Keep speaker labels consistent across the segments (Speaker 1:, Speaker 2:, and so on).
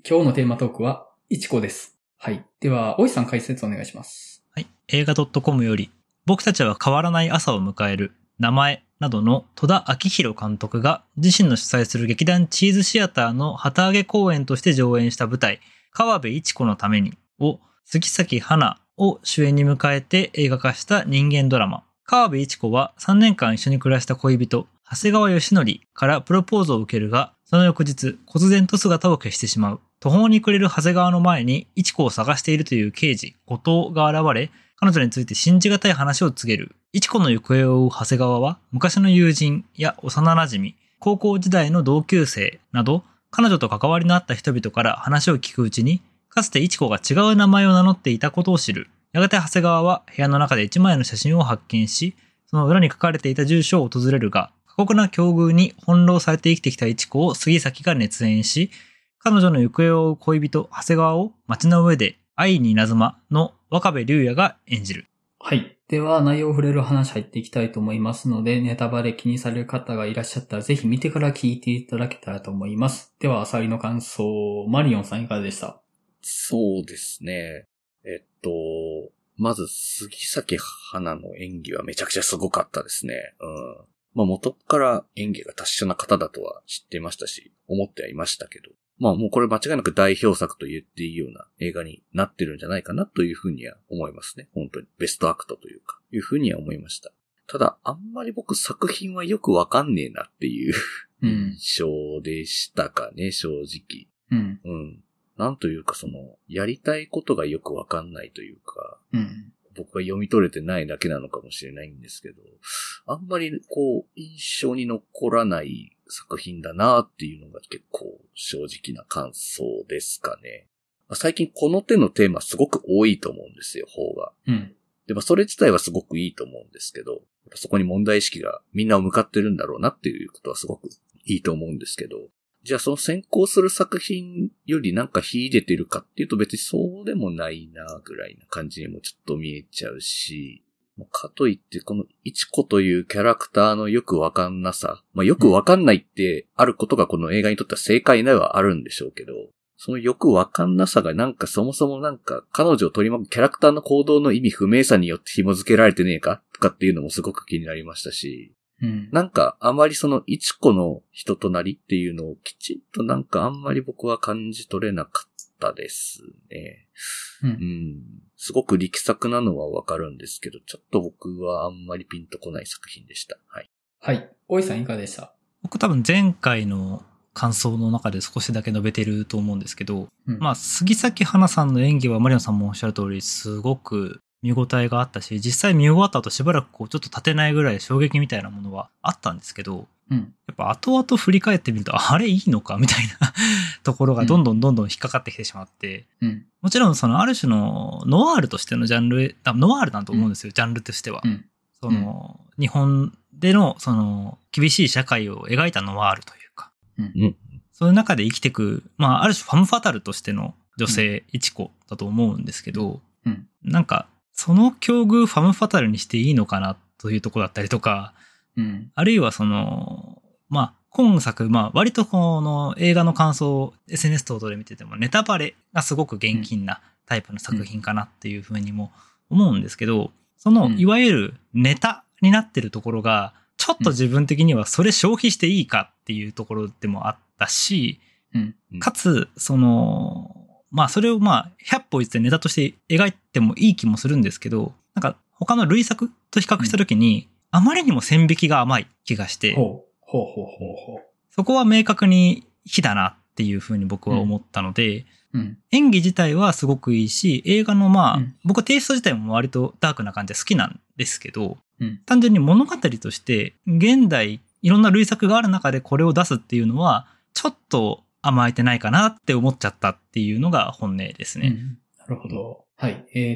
Speaker 1: 今日のテーマトークは、いちこです。はい。では、おいさん解説お願いします。
Speaker 2: はい。映画 .com より、僕たちは変わらない朝を迎える、名前などの戸田明宏監督が自身の主催する劇団チーズシアターの旗揚げ公演として上演した舞台、川辺一子のためにを杉咲花を主演に迎えて映画化した人間ドラマ。川辺一子は3年間一緒に暮らした恋人、長谷川義則からプロポーズを受けるが、その翌日、忽然と姿を消してしまう。途方に暮れる長谷川の前に一子を探しているという刑事、後藤が現れ、彼女について信じがたい話を告げる。一子の行方を追う長谷川は、昔の友人や幼馴染、高校時代の同級生など、彼女と関わりのあった人々から話を聞くうちに、かつて一子が違う名前を名乗っていたことを知る。やがて長谷川は部屋の中で一枚の写真を発見し、その裏に書かれていた住所を訪れるが、過酷な境遇に翻弄されて生きてきた一子を杉咲が熱演し、彼女の行方を追う恋人、長谷川を街の上で愛に稲妻の若部龍也が演じる。
Speaker 1: はい。では、内容を触れる話入っていきたいと思いますので、ネタバレ気にされる方がいらっしゃったら、ぜひ見てから聞いていただけたらと思います。では、アサリの感想、マリオンさんいかがでした？
Speaker 3: そうですね。まず、杉咲花の演技はめちゃくちゃすごかったですね。元から演技が達者な方だとは知っていましたし、思ってはいましたけど。もうこれ間違いなく代表作と言っていいような映画になってるんじゃないかなというふうには思いますね。本当に。ベストアクトというか、いうふうには思いました。ただ、あんまり僕作品はよくわかんねえなっていう印象でしたかね、正直。なんというかやりたいことがよくわかんないというか、僕が読み取れてないだけなのかもしれないんですけど、あんまり印象に残らない作品だなっていうのが結構正直な感想ですかね。最近この手のテーマすごく多いと思うんですよ、方が。でそれ自体はすごくいいと思うんですけど、そこに問題意識がみんな向かってるんだろうなっていうことはすごくいいと思うんですけど、じゃあその先行する作品よりなんか秀でてるかっていうと別にそうでもないなぐらいな感じにもちょっと見えちゃうし、かといってこの一子というキャラクターのよくわかんなさ、よくわかんないってあることがこの映画にとっては正解ではあるんでしょうけど、そのよくわかんなさがなんかそもそもなんか彼女を取り巻くキャラクターの行動の意味不明さによって紐付けられてねえかとかっていうのもすごく気になりましたし、なんかあまりその一子の人となりっていうのをきちんとなんかあんまり僕は感じ取れなかったですね。すごく力作なのはわかるんですけど、ちょっと僕はあんまりピンとこない作品でした。はい。
Speaker 1: はい。大井さんいかがでした？
Speaker 2: 僕多分前回の感想の中で少しだけ述べてると思うんですけど、杉咲花さんの演技はマリオンさんもおっしゃる通りすごく見応えがあったし、実際見終わった後しばらくちょっと立てないぐらい衝撃みたいなものはあったんですけど、やっぱ後々振り返ってみると、あれいいのかみたいなところがどんどん引っかかってきてしまって、もちろんある種のノワールとしてのジャンル、ノワールだと思うんですよ、ジャンルとしては。日本での厳しい社会を描いたノワールというか、そういう中で生きていく、ある種ファムファタルとしての女性一子だと思うんですけど、なんかその境遇ファムファタルにしていいのかなというところだったりとか、あるいは今作、割とこの映画の感想を SNS 等々で見ててもネタバレがすごく厳禁なタイプの作品かなっていうふうにも思うんですけど、いわゆるネタになってるところが、ちょっと自分的にはそれ消費していいかっていうところでもあったし、かつ、それを100歩言ってネタとして描いてもいい気もするんですけど、なんか他の類作と比較したときに、あまりにも線引きが甘い気がして、そこは明確に非だなっていうふうに僕は思ったので、演技自体はすごくいいし、映画の僕はテイスト自体も割とダークな感じで好きなんですけど、単純に物語として現代いろんな類作がある中でこれを出すっていうのはちょっと甘えてないかなって思っちゃったっていうのが本音ですね。
Speaker 1: なるほど。はい。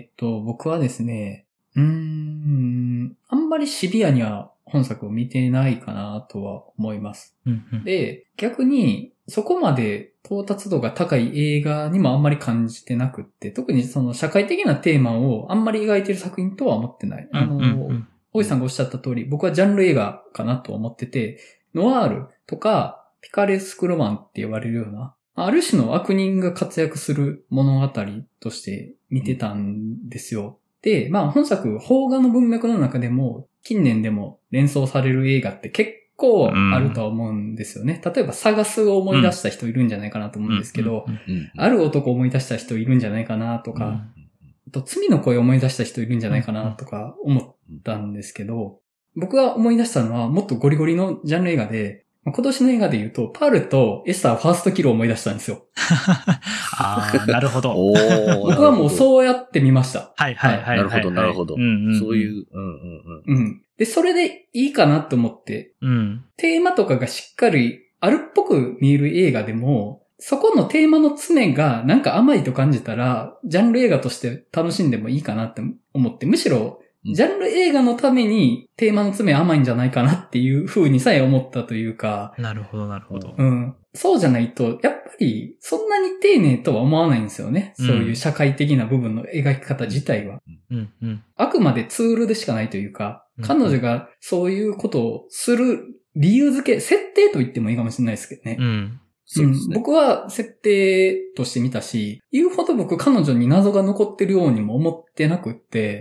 Speaker 1: 僕はですね、あんまりシビアには本作を見てないかなとは思います。で、逆にそこまで到達度が高い映画にもあんまり感じてなくって、特に社会的なテーマをあんまり描いてる作品とは思ってない。大井さんがおっしゃった通り、僕はジャンル映画かなと思ってて、ノワールとかピカレスクロマンって呼ばれるような、 ある種の悪人が活躍する物語として見てたんですよ。で、本作、邦画の文脈の中でも、近年でも連想される映画って結構あるとは思うんですよね。例えば、サガスを思い出した人いるんじゃないかなと思うんですけど、ある男を思い出した人いるんじゃないかなとか、あと、罪の声を思い出した人いるんじゃないかなとか思ったんですけど、僕が思い出したのはもっとゴリゴリのジャンル映画で、今年の映画で言うと、パールとエスターファーストキルを思い出したんですよ。
Speaker 2: ああ、なるほど。
Speaker 1: 僕はもうそうやって見ました。
Speaker 2: はいはいはい。
Speaker 3: なるほど、なるほど。そういう、
Speaker 1: で、それでいいかなと思って、テーマとかがしっかりあるっぽく見える映画でも、そこのテーマの詰めがなんか甘いと感じたら、ジャンル映画として楽しんでもいいかなって思って、むしろ、ジャンル映画のためにテーマの詰め甘いんじゃないかなっていう風にさえ思ったというか。
Speaker 2: なるほど、なるほど。
Speaker 1: そうじゃないと、やっぱりそんなに丁寧とは思わないんですよね。そういう社会的な部分の描き方自体は。あくまでツールでしかないというか、彼女がそういうことをする理由付け、設定と言ってもいいかもしれないですけどね。そうですね。僕は設定として見たし、言うほど僕彼女に謎が残ってるようにも思ってなくって、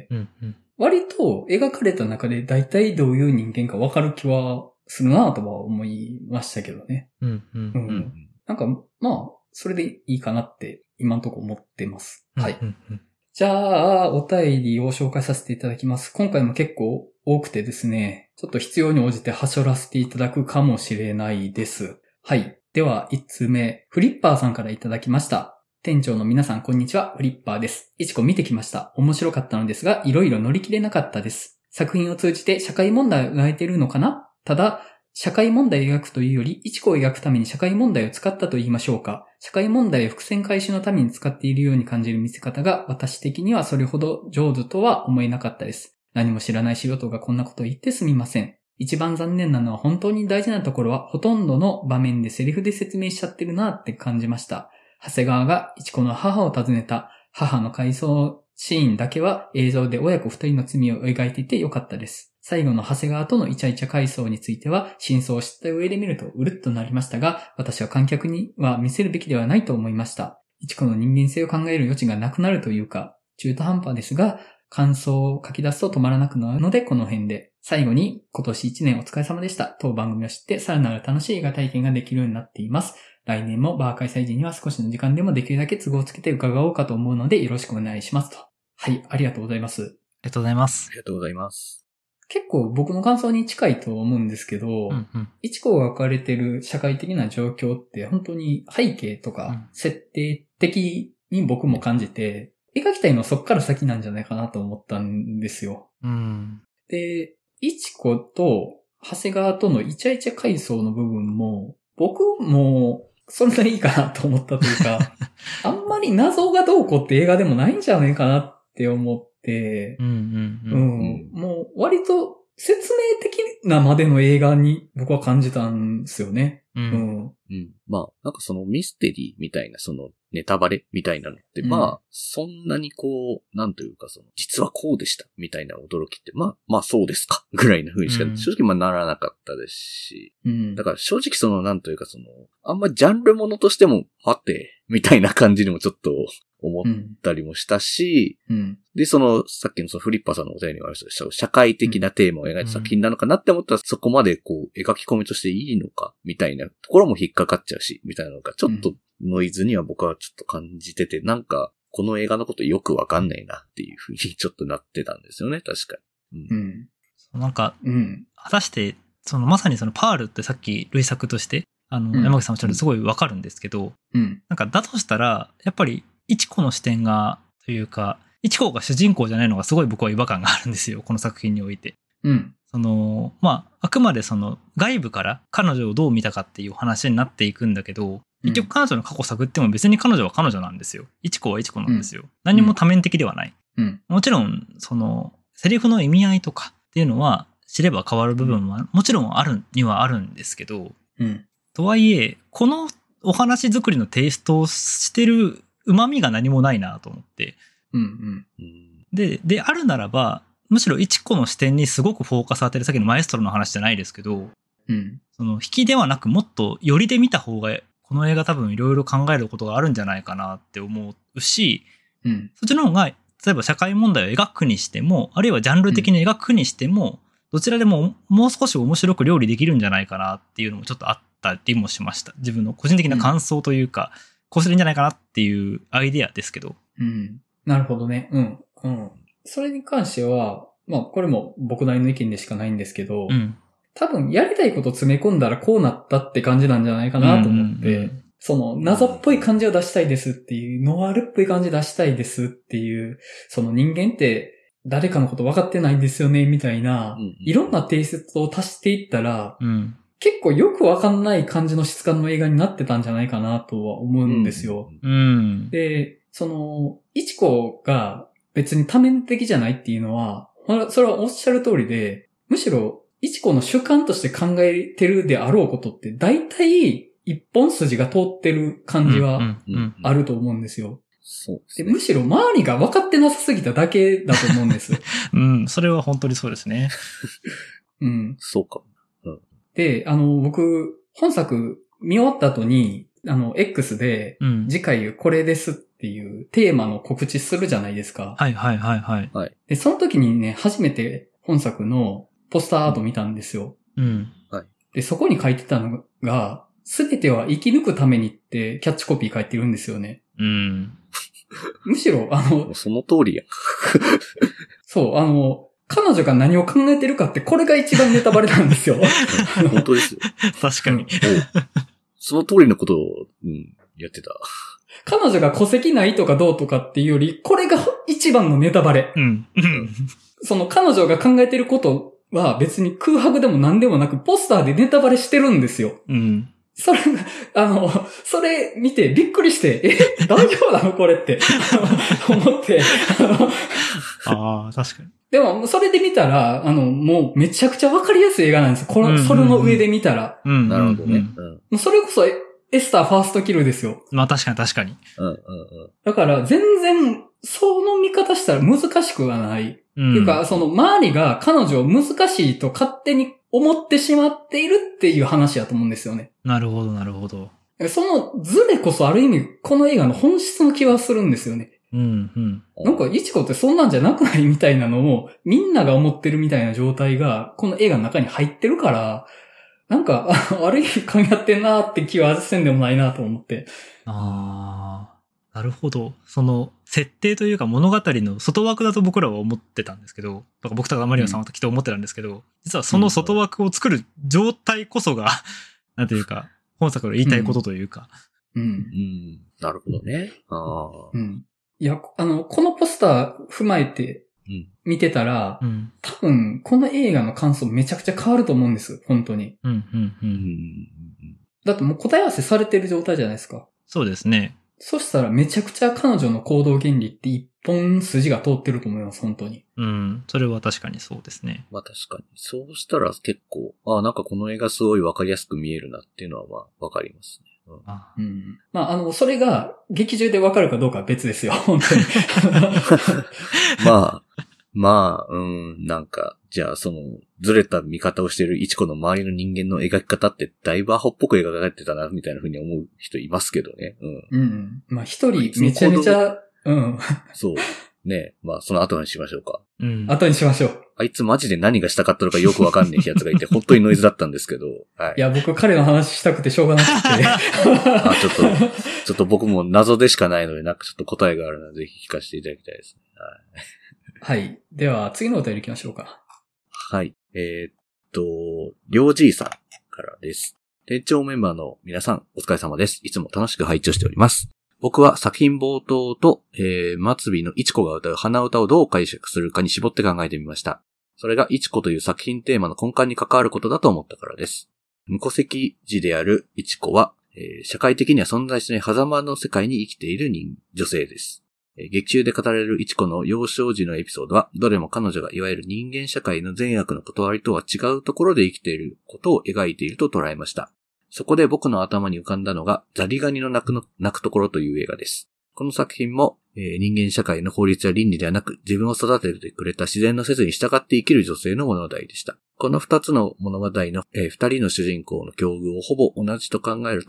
Speaker 1: 割と描かれた中で大体どういう人間か分かる気はするなとは思いましたけどね。なんか、それでいいかなって今のところ思ってます。はい。じゃあ、お便りを紹介させていただきます。今回も結構多くてですね、ちょっと必要に応じてはしょらせていただくかもしれないです。はい。では、1通目、フリッパーさんからいただきました。店長の皆さん、こんにちは。フリッパーです。いちこ見てきました。面白かったのですが、いろいろ乗り切れなかったです。作品を通じて社会問題を描いているのかな？ただ、社会問題を描くというより、いちこを描くために社会問題を使ったと言いましょうか。社会問題を伏線回収のために使っているように感じる見せ方が、私的にはそれほど上手とは思えなかったです。何も知らない素人がこんなことを言ってすみません。一番残念なのは本当に大事なところは、ほとんどの場面でセリフで説明しちゃってるなって感じました。長谷川がいちこの母を訪ねた母の回想シーンだけは映像で親子二人の罪を描いていてよかったです。最後の長谷川とのイチャイチャ回想については真相を知った上で見るとうるっとなりましたが、私は観客には見せるべきではないと思いました。いちこの人間性を考える余地がなくなるというか、中途半端ですが、感想を書き出すと止まらなくなるのでこの辺で。最後に今年1年お疲れ様でした。当番組を知ってさらなる楽しい映画体験ができるようになっています。来年もバー開催時には少しの時間でもできるだけ都合をつけて伺おうかと思うのでよろしくお願いしますと。はい、ありがとうございます。
Speaker 2: ありがとうございます。
Speaker 3: ありがとうございます。
Speaker 1: 結構僕の感想に近いと思うんですけど、いちこが書かれてる社会的な状況って本当に背景とか設定的に僕も感じて、描きたいのはそっから先なんじゃないかなと思ったんですよ。で、いちこと長谷川とのイチャイチャ回想の部分も、僕もそんなにいいかなと思ったというか、あんまり謎がどうこうって映画でもないんじゃないかなって思って、もう割と説明的なまでの映画に僕は感じたんですよね。
Speaker 3: まあ、なんかそのミステリーみたいな、そのネタバレみたいなのって、そんなにこう、なんというか実はこうでしたみたいな驚きって、まあそうですかぐらいな風にしか正直ならなかったですし、だから正直なんというかあんまジャンルものとしても、はて、みたいな感じにもちょっと思ったりもしたし、で、さっきのフリッパーさんのお便りにもありました社会的なテーマを描いた作品なのかなって思ったら、そこまでこう、描き込みとしていいのか、みたいなところも引っかかっちゃうし、みたいなのが、ちょっとノイズには僕はちょっと感じてて、なんか、この映画のことよくわかんないなっていう風にちょっとなってたんですよね、確かに。
Speaker 2: なんか、果たして、まさにパールってさっき類作として、山口さんおっしゃるすごいわかるんですけど、なんかだとしたら、やっぱり、いちこの視点が、というか、いちこが主人公じゃないのがすごい僕は違和感があるんですよ、この作品において。あくまで外部から彼女をどう見たかっていう話になっていくんだけど、結局彼女の過去を探っても別に彼女は彼女なんですよ。いちこはいちこなんですよ。何も多面的ではない。もちろん、セリフの意味合いとかっていうのは知れば変わる部分はもちろんあるにはあるんですけど、とはいえ、このお話作りのテイストをしてる旨味が何もないなと思って。で、あるならば、むしろいちこの視点にすごくフォーカス当てる、さっきのマエストロの話じゃないですけど、引きではなくもっと寄りで見た方が、ここの映画多分いろいろ考えることがあるんじゃないかなって思うし、
Speaker 1: そ
Speaker 2: っちの方が、例えば社会問題を描くにしても、あるいはジャンル的に描くにしても、どちらでももう少し面白く料理できるんじゃないかなっていうのもちょっとあったりもしました。自分の個人的な感想というか、こうするんじゃないかなっていうアイデアですけど。
Speaker 1: なるほどね。それに関しては、まあこれも僕なりの意見でしかないんですけど、多分やりたいこと詰め込んだらこうなったって感じなんじゃないかなと思って、その謎っぽい感じを出したいですっていう、ノワールっぽい感じ出したいですっていう、その人間って誰かのこと分かってないんですよねみたいな、いろんなテイストを足していったら、結構よく分かんない感じの質感の映画になってたんじゃないかなとは思うんですよ。で、その、イチコが別に多面的じゃないっていうのは、それはおっしゃる通りで、むしろイチコの主観として考えてるであろうことって大体一本筋が通ってる感じはあると思うんですよ。
Speaker 3: そうです
Speaker 1: ね。でむしろ周りが分かってなさすぎただけだと思うんです。
Speaker 2: それは本当にそうですね。
Speaker 3: そうか。
Speaker 1: で、僕、本作見終わった後に、X で、次回これですっていうテーマの告知するじゃないですか。で、その時にね、初めて本作のポスターアート見たんですよ。で、そこに書いてたのが、すべては生き抜くためにってキャッチコピー書いてるんですよね。むしろ、
Speaker 3: その通りや。
Speaker 1: そう、彼女が何を考えてるかってこれが一番ネタバレなんですよ。
Speaker 3: 本当ですよ。
Speaker 2: 確かに。
Speaker 3: その通りのことを、やってた。
Speaker 1: 彼女が戸籍ないとかどうとかっていうより、これが一番のネタバレ。その彼女が考えてることは別に空白でも何でもなく、ポスターでネタバレしてるんですよ。それ、それ見てびっくりして、大丈夫なのこれって思って。
Speaker 2: 確かに。
Speaker 1: でも、それで見たら、もうめちゃくちゃわかりやすい映画なんですよ。それの上で見たら。
Speaker 3: なるほどね。
Speaker 1: それこそ、エスターファーストキルですよ。
Speaker 2: まあ確かに。
Speaker 1: だから全然、その見方したら難しくはない。っていうか、その周りが彼女を難しいと勝手に思ってしまっているっていう話だと思うんですよね。
Speaker 2: なるほど。
Speaker 1: そのズレこそある意味、この映画の本質の気はするんですよね。なんか、イチコってそんなんじゃなくないみたいなのを、みんなが思ってるみたいな状態が、この映画の中に入ってるから、なんか、ある意味噛み合ってんなって気はせんでもないなと思って。
Speaker 2: なるほど。その、設定というか物語の外枠だと僕らは思ってたんですけど、僕とかマリオさんはきっと思ってたんですけど、実はその外枠を作る状態こそが、なんていうか、本作の言いたいことというか。
Speaker 3: なるほどね。
Speaker 1: いや、このポスター踏まえて見てたら、多分この映画の感想めちゃくちゃ変わると思うんです。本当に。だってもう答え合わせされてる状態じゃないですか。
Speaker 2: そうですね。
Speaker 1: そしたらめちゃくちゃ彼女の行動原理って一本筋が通ってると思います、本当に。
Speaker 2: それは確かにそうですね。
Speaker 3: まあ確かに。そうしたら結構、なんかこの映画すごいわかりやすく見えるなっていうのはまあわかりますね。
Speaker 1: まあ、それが劇中でわかるかどうかは別ですよ、本当に。
Speaker 3: なんか、じゃあその、ずれた見方をしているイチコの周りの人間の描き方ってだいぶアホっぽく描かれてたな、みたいな風に思う人いますけどね。
Speaker 1: まあ一人めちゃめちゃ、
Speaker 3: そう。ねまあその後にしましょうか。
Speaker 1: 後にしましょう。
Speaker 3: あいつマジで何がしたかったのかよくわかんねえやつがいて、本当にノイズだったんですけど。
Speaker 1: いや、僕彼の話したくてしょうがなくて。
Speaker 3: ちょっと僕も謎でしかないので、なんかちょっと答えがあるので、ぜひ聞かせていただきたいですね。
Speaker 1: はい。では、次のお便り行きましょうか。
Speaker 3: はい。りょうじいさんからです。店長メンバーの皆さん、お疲れ様です。いつも楽しく拝聴しております。僕は作品冒頭と、末尾のイチコが歌う鼻歌をどう解釈するかに絞って考えてみました。それがイチコという作品テーマの根幹に関わることだと思ったからです。無戸籍児であるイチコは、社会的には存在しない狭間の世界に生きている女性です。劇中で語られるイチコの幼少時のエピソードは、どれも彼女がいわゆる人間社会の善悪の断りとは違うところで生きていることを描いていると捉えました。そこで僕の頭に浮かんだのが、ザリガニの鳴くところという映画です。この作品も、人間社会の法律や倫理ではなく、自分を育ててくれた自然の説に従って生きる女性の物語でした。この二つの物語の、二人の主人公の境遇をほぼ同じと考えると、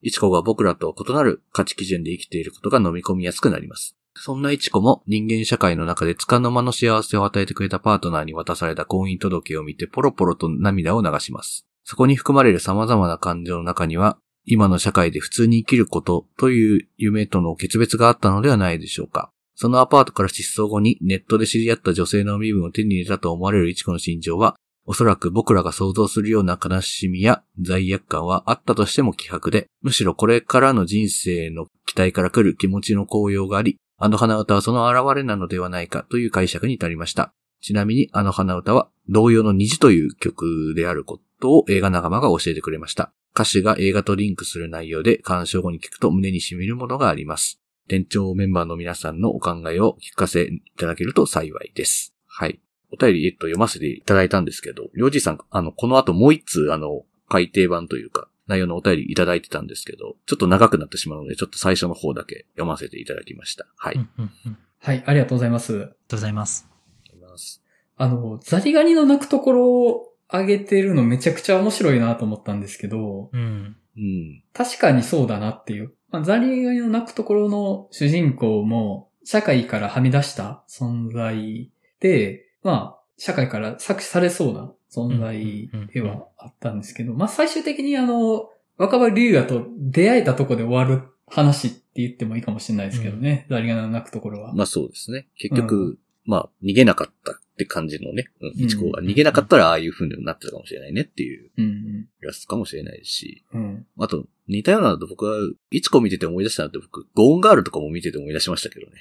Speaker 3: イチコが僕らと異なる価値基準で生きていることが飲み込みやすくなります。そんなイチコも人間社会の中で束の間の幸せを与えてくれたパートナーに渡された婚姻届を見てポロポロと涙を流します。そこに含まれる様々な感情の中には、今の社会で普通に生きることという夢との決別があったのではないでしょうか。そのアパートから失踪後にネットで知り合った女性の身分を手に入れたと思われるイチコの心情は、おそらく僕らが想像するような悲しみや罪悪感はあったとしても希薄で、むしろこれからの人生の期待から来る気持ちの高揚があり、あの花歌はその現れなのではないかという解釈に至りました。ちなみにあの花歌は同様の虹という曲であることを映画仲間が教えてくれました。歌詞が映画とリンクする内容で鑑賞後に聞くと胸に染みるものがあります。店長メンバーの皆さんのお考えを聞かせいただけると幸いです。はい。お便り、読ませていただいたんですけど、りょうじさん、この後もう一通、改訂版というか、内容のお便りいただいてたんですけど、ちょっと長くなってしまうので、ちょっと最初の方だけ読ませていただきました。はい。
Speaker 1: はい、ありがとうございます。
Speaker 2: ありがとうございます。
Speaker 1: ザリガニの鳴くところを上げてるのめちゃくちゃ面白いなと思ったんですけど、確かにそうだなっていう。ザリガニの鳴くところの主人公も、社会からはみ出した存在で、社会から搾取されそうな存在ではあったんですけど、最終的に若葉龍也と出会えたとこで終わる話って言ってもいいかもしれないですけどね、ザリガニの鳴くところは。
Speaker 3: そうですね。結局、逃げなかったって感じのね、イチコが逃げなかったらああいう風になってたかもしれないねっていうやつかもしれないし、あと似たようなのと僕はイチコ見てて思い出したのって僕、ゴーンガールとかも見てて思い出しましたけどね。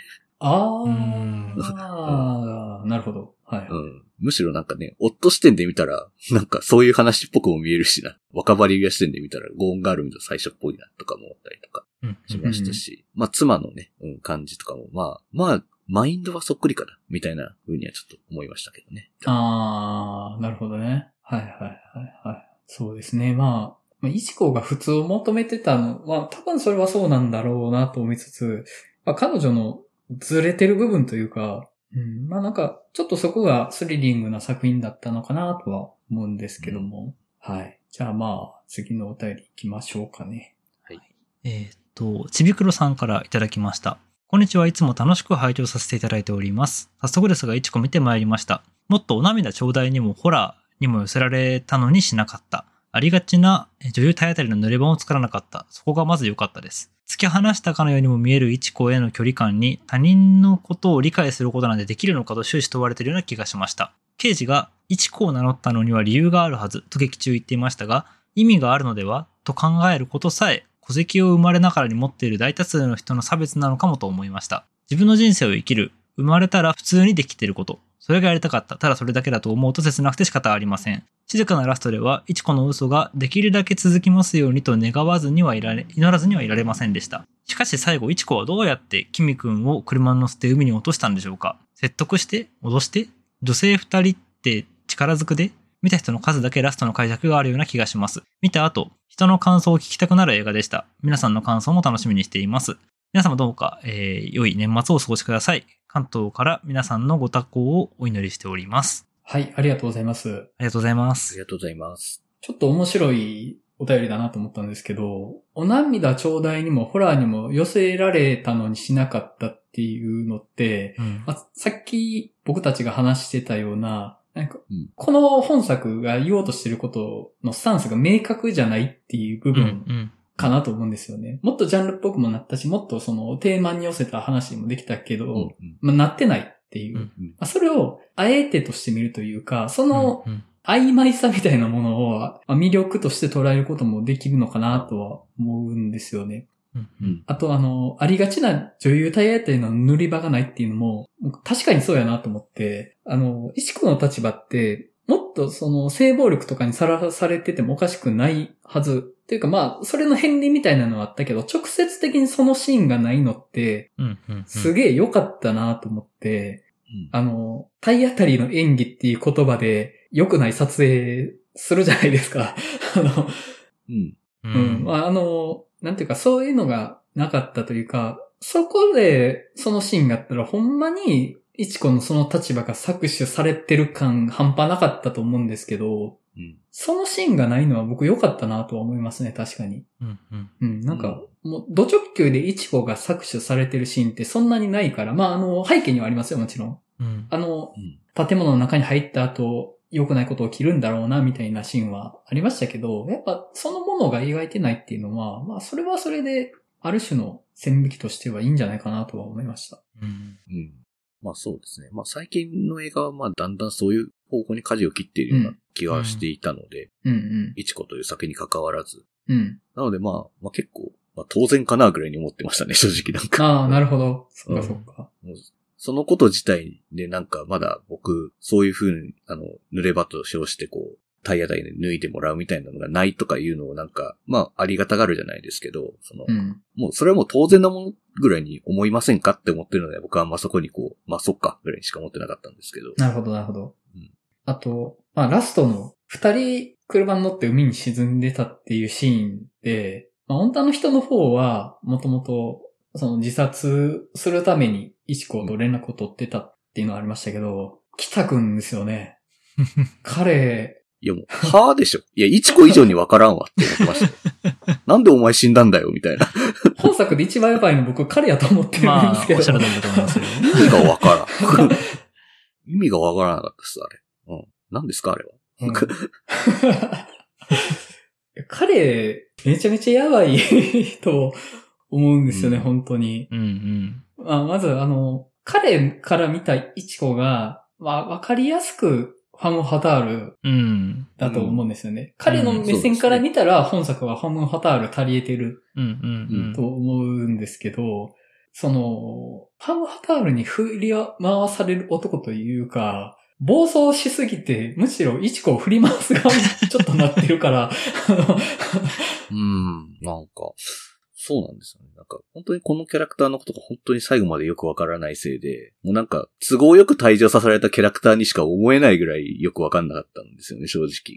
Speaker 1: なるほど。はい。
Speaker 3: むしろなんかね、夫視点で見たら、なんかそういう話っぽくも見えるしな。若葉龍也視点で見たら、ゴーンガール見た最初っぽいなとかも思ったりとかしましたし、妻のね、感じとかも、マインドはそっくりかな、みたいな風にはちょっと思いましたけどね。
Speaker 1: なるほどね。はい。そうですね。イチコが普通を求めてたのは、多分それはそうなんだろうなと思いつつ、彼女のずれてる部分というか、なんか、ちょっとそこがスリリングな作品だったのかなとは思うんですけども。はい。じゃあ次のお便り行きましょうかね。
Speaker 3: はい。
Speaker 2: ちびくろさんからいただきました。こんにちは。いつも楽しく拝聴させていただいております。早速ですが、いちこ見てまいりました。もっとお涙ちょうだいにもホラーにも寄せられたのにしなかった。ありがちな女優体当たりの濡れ場を作らなかった。そこがまず良かったです。突き放したかのようにも見えるイチコへの距離感に他人のことを理解することなんてできるのかと終始問われているような気がしました。刑事がイチコを名乗ったのには理由があるはずと劇中言っていましたが、意味があるのではと考えることさえ戸籍を生まれながらに持っている大多数の人の差別なのかもと思いました。自分の人生を生きる。生まれたら普通にできていること。それがやりたかった。ただそれだけだと思うと切なくて仕方ありません。静かなラストでは、イチコの嘘ができるだけ続きますようにと願わずにはいられ、祈らずにはいられませんでした。しかし最後、イチコはどうやってキミ君を車に乗せて海に落としたんでしょうか。説得して脅して女性二人って力ずくで見た人の数だけラストの解釈があるような気がします。見た後、人の感想を聞きたくなる映画でした。皆さんの感想も楽しみにしています。皆様どうか、良い年末をお過ごしください。関東から皆さんのご多幸をお祈りしております。
Speaker 1: はい、ありがとうございます。
Speaker 2: ありがとうございます。
Speaker 3: ありがとうございます。
Speaker 1: ちょっと面白いお便りだなと思ったんですけど、お涙ちょうだいにもホラーにも寄せられたのにしなかったっていうのって、さっき僕たちが話してたような、この本作が言おうとしてることのスタンスが明確じゃないっていう部分かなと思うんですよね。もっとジャンルっぽくもなったし、もっとそのテーマに寄せた話もできたけど、なってないっていう。それをあえてとしてみるというか、その曖昧さみたいなものを魅力として捉えることもできるのかなとは思うんですよね。あとありがちな女優体当たりの塗り場がないっていうのも、確かにそうやなと思って、イチコの立場って、もっとその性暴力とかにさらされててもおかしくないはず。っていうかそれの片鱗みたいなのはあったけど、直接的にそのシーンがないのって、すげえ良かったなと思って、体当たりの演技っていう言葉で良くない撮影するじゃないですか。なんていうかそういうのがなかったというか、そこでそのシーンがあったらほんまにイチコのその立場が搾取されてる感半端なかったと思うんですけど、 そのシーンがないのは僕良かったなとは思いますね、確かに。なんか、もう、ド直球でイチコが搾取されてるシーンってそんなにないから、まあ、背景にはありますよ、もちろん。建物の中に入った後、良くないことを起きるんだろうな、みたいなシーンはありましたけど、やっぱそのものが描いてないっていうのは、まあ、それはそれで、ある種の線引きとしてはいいんじゃないかなとは思いました。
Speaker 3: まあそうですね。まあ最近の映画はまあだんだんそういう方向に舵を切っているような気がしていたので、イチコという酒に関わらず。なのでまあ結構、当然かなぐらいに思ってましたね、正直なんか。
Speaker 1: ああ、なるほど。そっかそっか。
Speaker 3: そのこと自体でなんかまだ僕、そういう風に、濡れ場と称してこう、体当たりで脱いでもらうみたいなのがないとかいうのをなんか、まあありがたがるじゃないですけど、もうそれはもう当然なものぐらいに思いませんかって思ってるので、僕はまあそこにこう、まあそっかぐらいにしか思ってなかったんですけど。
Speaker 1: なるほど、なるほど。あと、まあラストの二人車に乗って海に沈んでたっていうシーンで、まあ女の人の方はもともとその自殺するためにイチコと連絡を取ってたっていうのがありましたけど、北くんですよね。彼、
Speaker 3: いやもう、はぁでしょ。いや、イチコ以上にわからんわって思ってましたよ。なんでお前死んだんだよ、みたいな。
Speaker 1: 本作で一番やばいの僕彼やと思ってるんですけど。
Speaker 2: おっしゃる通りだと思いますよ。
Speaker 3: 意味がわからん。意味がわからなかったです、あれ。何ですか、あれは。
Speaker 1: 彼、めちゃめちゃやばいと思うんですよね、本当に。まず、彼から見たイチコが、わかりやすく、ファム・ハタールだと思うんですよね。彼の目線から見たら本作はファム・ハタール足り得てると思うんですけど、その、ファム・ハタールに振り回される男というか、暴走しすぎて、むしろイチコを振り回す側にちょっとなってるから、
Speaker 3: なんか、そうなんですよね。なんか、本当にこのキャラクターのことが本当に最後までよくわからないせいで、もうなんか、都合よく退場させられたキャラクターにしか思えないぐらいよくわかんなかったんですよね、正直。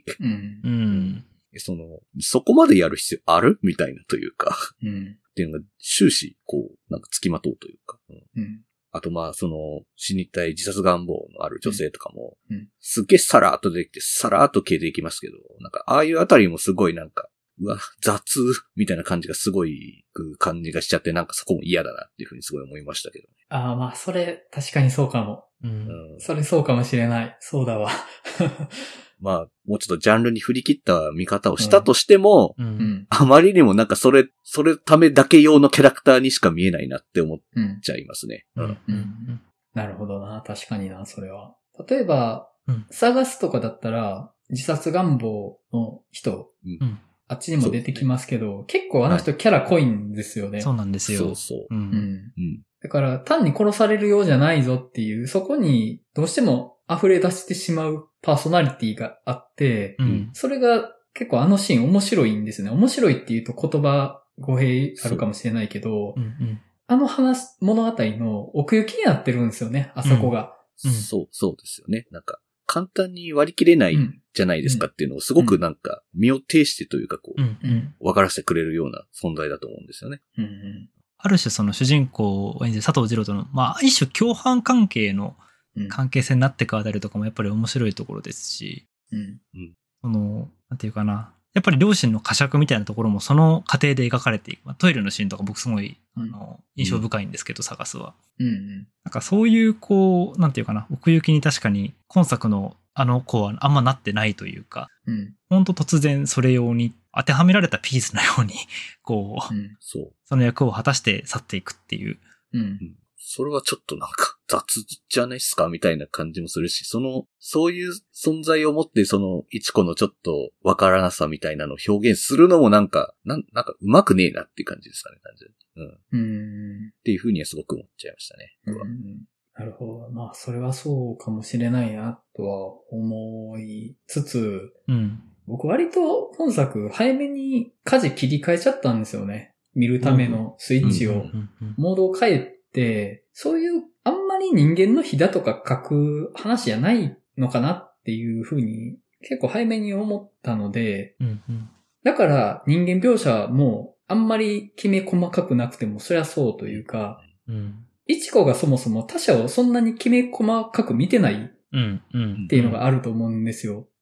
Speaker 3: そこまでやる必要あるみたいなというか、っていうのが終始、こう、なんか付きまとうというか。あとまあ、死にたい自殺願望のある女性とかも、すっげえさらーっと出てきて、さらーっと消えていきますけど、なんか、ああいうあたりもすごいなんか、うわ、雑みたいな感じがすごい感じがしちゃって、なんかそこも嫌だなっていうふうにすごい思いましたけどね。
Speaker 1: まあ、それ、確かにそうかも。それそうかもしれない。そうだわ。
Speaker 3: まあ、もうちょっとジャンルに振り切った見方をしたとしても、あまりにもなんかそれためだけ用のキャラクターにしか見えないなって思っちゃいますね。
Speaker 1: なるほどな。確かにな、それは。例えば、探すとかだったら、自殺願望の人、あっちにも出てきますけど、結構あの人キャラ濃いんですよね。
Speaker 2: そうなんですよ。
Speaker 3: そう。
Speaker 1: だから単に殺されるようじゃないぞっていう、そこにどうしても溢れ出してしまうパーソナリティがあって、それが結構あのシーン面白いんですよね。面白いっていうと言葉語弊あるかもしれないけど、あの物語の奥行きになってるんですよね、あそこが。
Speaker 3: そうですよね。なんか、簡単に割り切れないじゃないですかっていうのをすごくなんか身を挺してというかこう、分からせてくれるような存在だと思うんですよね。
Speaker 2: ある種その主人公を演じる佐藤二朗との、まあ一種共犯関係の関係性になっていくあたりとかもやっぱり面白いところですし、なんていうかな、やっぱり両親の呵責みたいなところもその過程で描かれていく。トイレのシーンとか僕すごい、印象深いんですけど、探すは。なんかそういうこう、なんていうかな、奥行きに確かに今作のあの子はあんまなってないというか、ほんと突然それ用に当てはめられたピースのように、こう、その役を果たして去っていくっていう。
Speaker 3: それはちょっとなんか雑じゃないっすかみたいな感じもするし、そういう存在を持って一子のちょっとわからなさみたいなのを表現するのもなんかうまくねえなっていう感じですかね、単純に。っていう風にはすごく思っちゃいましたね。
Speaker 1: なるほど。まあ、それはそうかもしれないなとは思いつつ、僕割と本作早めに舵切り替えちゃったんですよね。見るためのスイッチを、モードを変えて、そういうあんまり人間の火だとか書く話じゃないのかなっていうふうに結構早めに思ったので、だから人間描写もあんまりきめ細かくなくてもそりゃそうというか、イチコがそもそも他者をそんなにきめ細かく見てないっていうのがあると思うんですよ。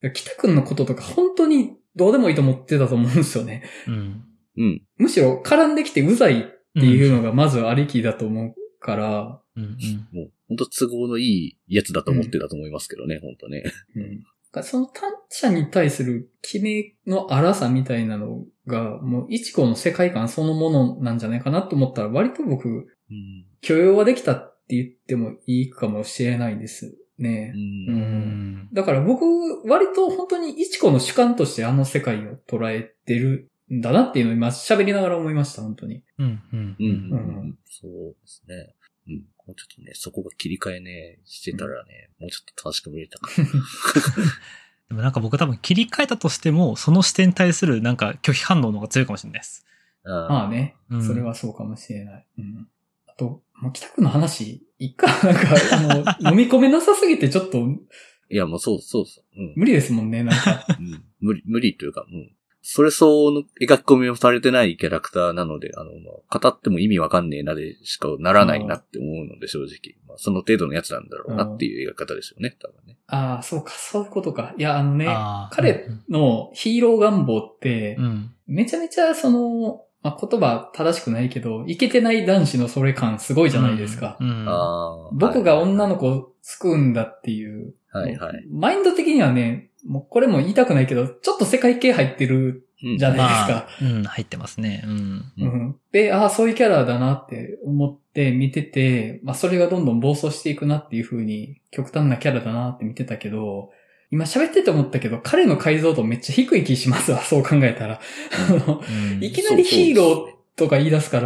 Speaker 1: 北くんのこととか本当にどうでもいいと思ってたと思うんですよね。
Speaker 3: うん。
Speaker 1: むしろ絡んできてうざいっていうのがまずありきだと思うから、
Speaker 3: もう本当都合のいいやつだと思ってたと思いますけどね、本当ね。
Speaker 1: その短者に対する決めの荒さみたいなのが、もう一個の世界観そのものなんじゃないかなと思ったら、割と僕、許容はできたって言ってもいいかもしれないですね。だから僕、割と本当に一個の主観としてあの世界を捉えてるんだなっていうのを今喋りながら思いました、本当に。
Speaker 3: そうですね。もうちょっとね、そこが切り替えね、してたらね、もうちょっと楽しく見れたかな。
Speaker 2: でもなんか僕多分切り替えたとしても、その視点に対するなんか拒否反応の方が強いかもしれないです。
Speaker 1: まあね、それはそうかもしれない。あと、もう北区の話、一回なんか、飲み込めなさすぎてちょっと。
Speaker 3: いや、もうそう。
Speaker 1: 無理ですもんね、なんか。
Speaker 3: 無理というか、それ相応の描き込みをされてないキャラクターなので、語っても意味わかんねえなでしかならないなって思うので、正直。その程度のやつなんだろうなっていう描き方ですよね、多分ね。
Speaker 1: ああ、そうか、そういうことか。いや、彼のヒーロー願望って、めちゃめちゃ言葉正しくないけど、イケてない男子のそれ感すごいじゃないですか。僕が女の子を救うんだっていう。マインド的にはね、もうこれも言いたくないけど、ちょっと世界系入ってるじゃないですか。
Speaker 2: 入ってますね。
Speaker 1: で、そういうキャラだなって思って見てて、それがどんどん暴走していくなっていう風に、極端なキャラだなって見てたけど、今喋ってて思ったけど、彼の解像度めっちゃ低い気しますわ、そう考えたら。いきなりヒーローとか言い出すから、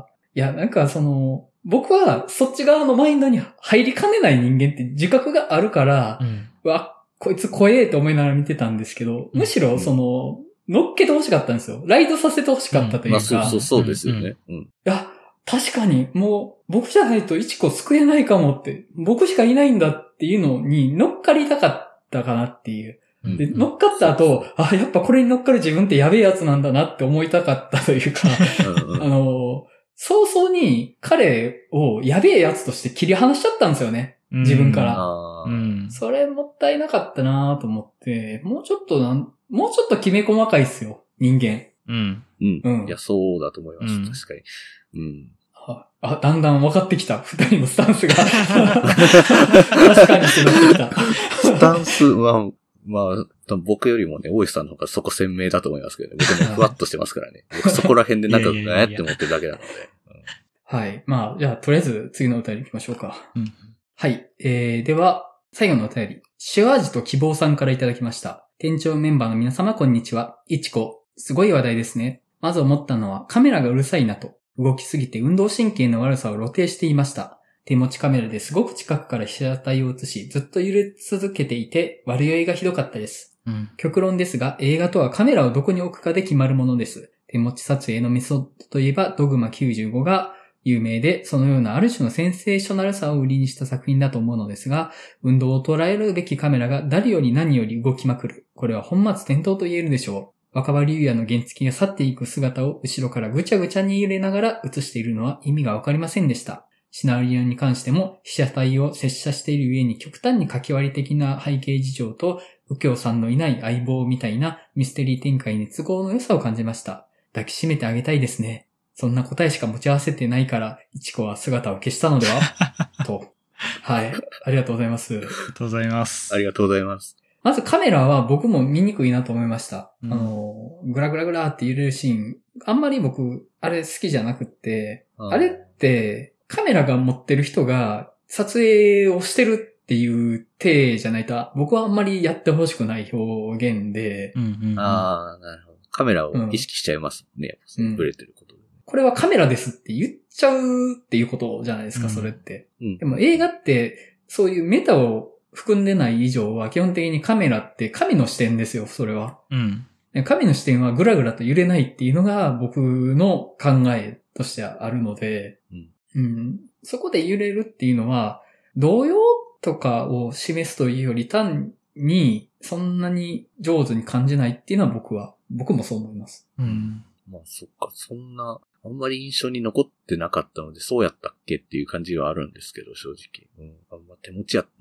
Speaker 1: いや、なんか僕はそっち側のマインドに入りかねない人間って自覚があるから、こいつ怖えと思いながら見てたんですけど、むしろ乗っけて欲しかったんですよ。ライドさせて欲しかったというか。
Speaker 3: そうですよね。
Speaker 1: いや、確かにもう僕じゃないとイチコ救えないかもって、僕しかいないんだっていうのに乗っかりたかったかなっていう。で、乗っかった後、やっぱこれに乗っかる自分ってやべえやつなんだなって思いたかったというか、早々に彼をやべえやつとして切り離しちゃったんですよね。自分から。それもったいなかったなと思って、もうちょっときめ細かいっすよ、人間。
Speaker 3: いや、そうだと思います。確かに。
Speaker 1: だんだん分かってきた。二人のスタンスが。確かにってなってきた。
Speaker 3: スタンスは、僕よりもね、大石さんの方がそこ鮮明だと思いますけどね。僕ね、ふわっとしてますからね。僕そこら辺でなんか、って思ってるだけなので。
Speaker 1: はい。じゃあ、とりあえず次のお便り行きましょうか。はい。では、最後のお便り。塩味と希望さんからいただきました。店長メンバーの皆様、こんにちは。いちこ。すごい話題ですね。まず思ったのは、カメラがうるさいなと。動きすぎて運動神経の悪さを露呈していました。手持ちカメラですごく近くから被写体を映し、ずっと揺れ続けていて、悪酔いがひどかったです。極論ですが、映画とはカメラをどこに置くかで決まるものです。手持ち撮影のメソッドといえば、ドグマ95が有名で、そのようなある種のセンセーショナルさを売りにした作品だと思うのですが、運動を捉えるべきカメラが誰より何より動きまくる。これは本末転倒と言えるでしょう。若葉龍也の原付が去っていく姿を後ろからぐちゃぐちゃに揺れながら映しているのは意味がわかりませんでした。シナリオに関しても被写体を接写している上に極端に書き割り的な背景事情と右京さんのいない相棒みたいなミステリー展開に都合の良さを感じました。抱きしめてあげたいですね。そんな答えしか持ち合わせてないから、いちこは姿を消したのではと。はい。ありがとうございます。
Speaker 2: ありがとうございます。
Speaker 3: ありがとうございます。
Speaker 1: まずカメラは僕も見にくいなと思いました。グラグラグラって揺れるシーン。あんまり僕、あれ好きじゃなくって、あれって、カメラが持ってる人が撮影をしてるっていう体じゃないと、僕はあんまりやってほしくない表現で。
Speaker 3: なるほど。カメラを意識しちゃいますね。ブレてることで。
Speaker 1: これはカメラですって言っちゃうっていうことじゃないですか、それって。でも映画って、そういうメタを含んでない以上は基本的にカメラって神の視点ですよ、それは。神の視点はグラグラと揺れないっていうのが僕の考えとしてあるので、そこで揺れるっていうのは、動揺とかを示すというより単にそんなに上手に感じないっていうのは僕もそう思います。
Speaker 3: そっか、そんな、あんまり印象に残ってなかったので、そうやったっけっていう感じはあるんですけど、正直。手持ち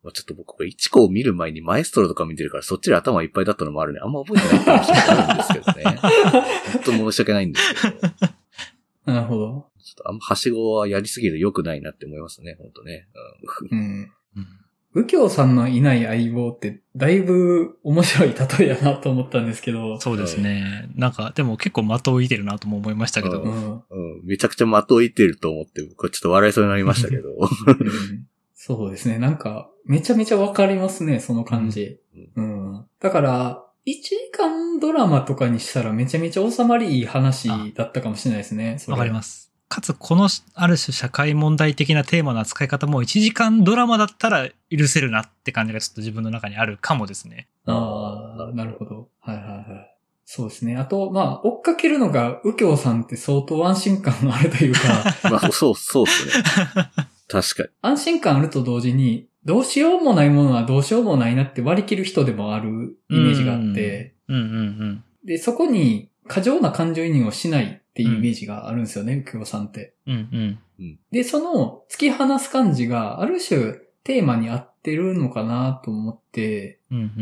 Speaker 3: ちょっと僕これ1個を見る前にマエストロとか見てるからそっちで頭いっぱいだったのもあるね。あんま覚えてないって話もあるんですけどね。本当申し訳ないんですけど。
Speaker 1: なるほど。
Speaker 3: ちょっとあんまはしごはやりすぎると良くないなって思いますね、本当ね。
Speaker 1: うん。右京さんのいない相棒ってだいぶ面白い例えやなと思ったんですけど。
Speaker 2: そうですね。なんかでも結構的を射てるなとも思いましたけど。
Speaker 3: めちゃくちゃ的を射てると思って僕はちょっと笑いそうになりましたけど。
Speaker 1: そうですね。なんかめちゃめちゃわかりますね、その感じ。だから1時間ドラマとかにしたらめちゃめちゃ収まりいい話だったかもしれないですね。
Speaker 2: わかります。かつ、この、ある種社会問題的なテーマの扱い方も1時間ドラマだったら許せるなって感じがちょっと自分の中にあるかもですね。
Speaker 1: ああ、なるほど。はいはいはい。そうですね。あと、まあ、追っかけるのが右京さんって相当安心感のあるというか。
Speaker 3: まあ、そうですね。確かに。
Speaker 1: 安心感あると同時に、どうしようもないものはどうしようもないなって割り切る人でもあるイメージがあって。で、そこに過剰な感情移入をしないっていうイメージがあるんですよね、右京さんって。で、その突き放す感じがある種テーマに合ってるのかなと思って、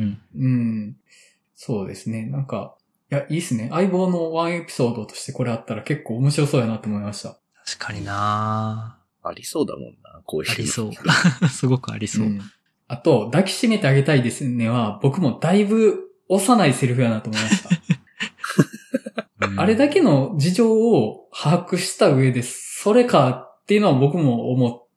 Speaker 1: そうですね。なんか、いや、いいっすね。相棒のワンエピソードとしてこれあったら結構面白そうやなと思いました。
Speaker 2: 確かにな
Speaker 3: ありそうだもんな、こういうの。
Speaker 2: ありそう。すごくありそう。
Speaker 1: あと、抱きしめてあげたいですねは、僕もだいぶ幼いセリフやなと思いました。あれだけの事情を把握した上で、それかっていうのは僕も思って、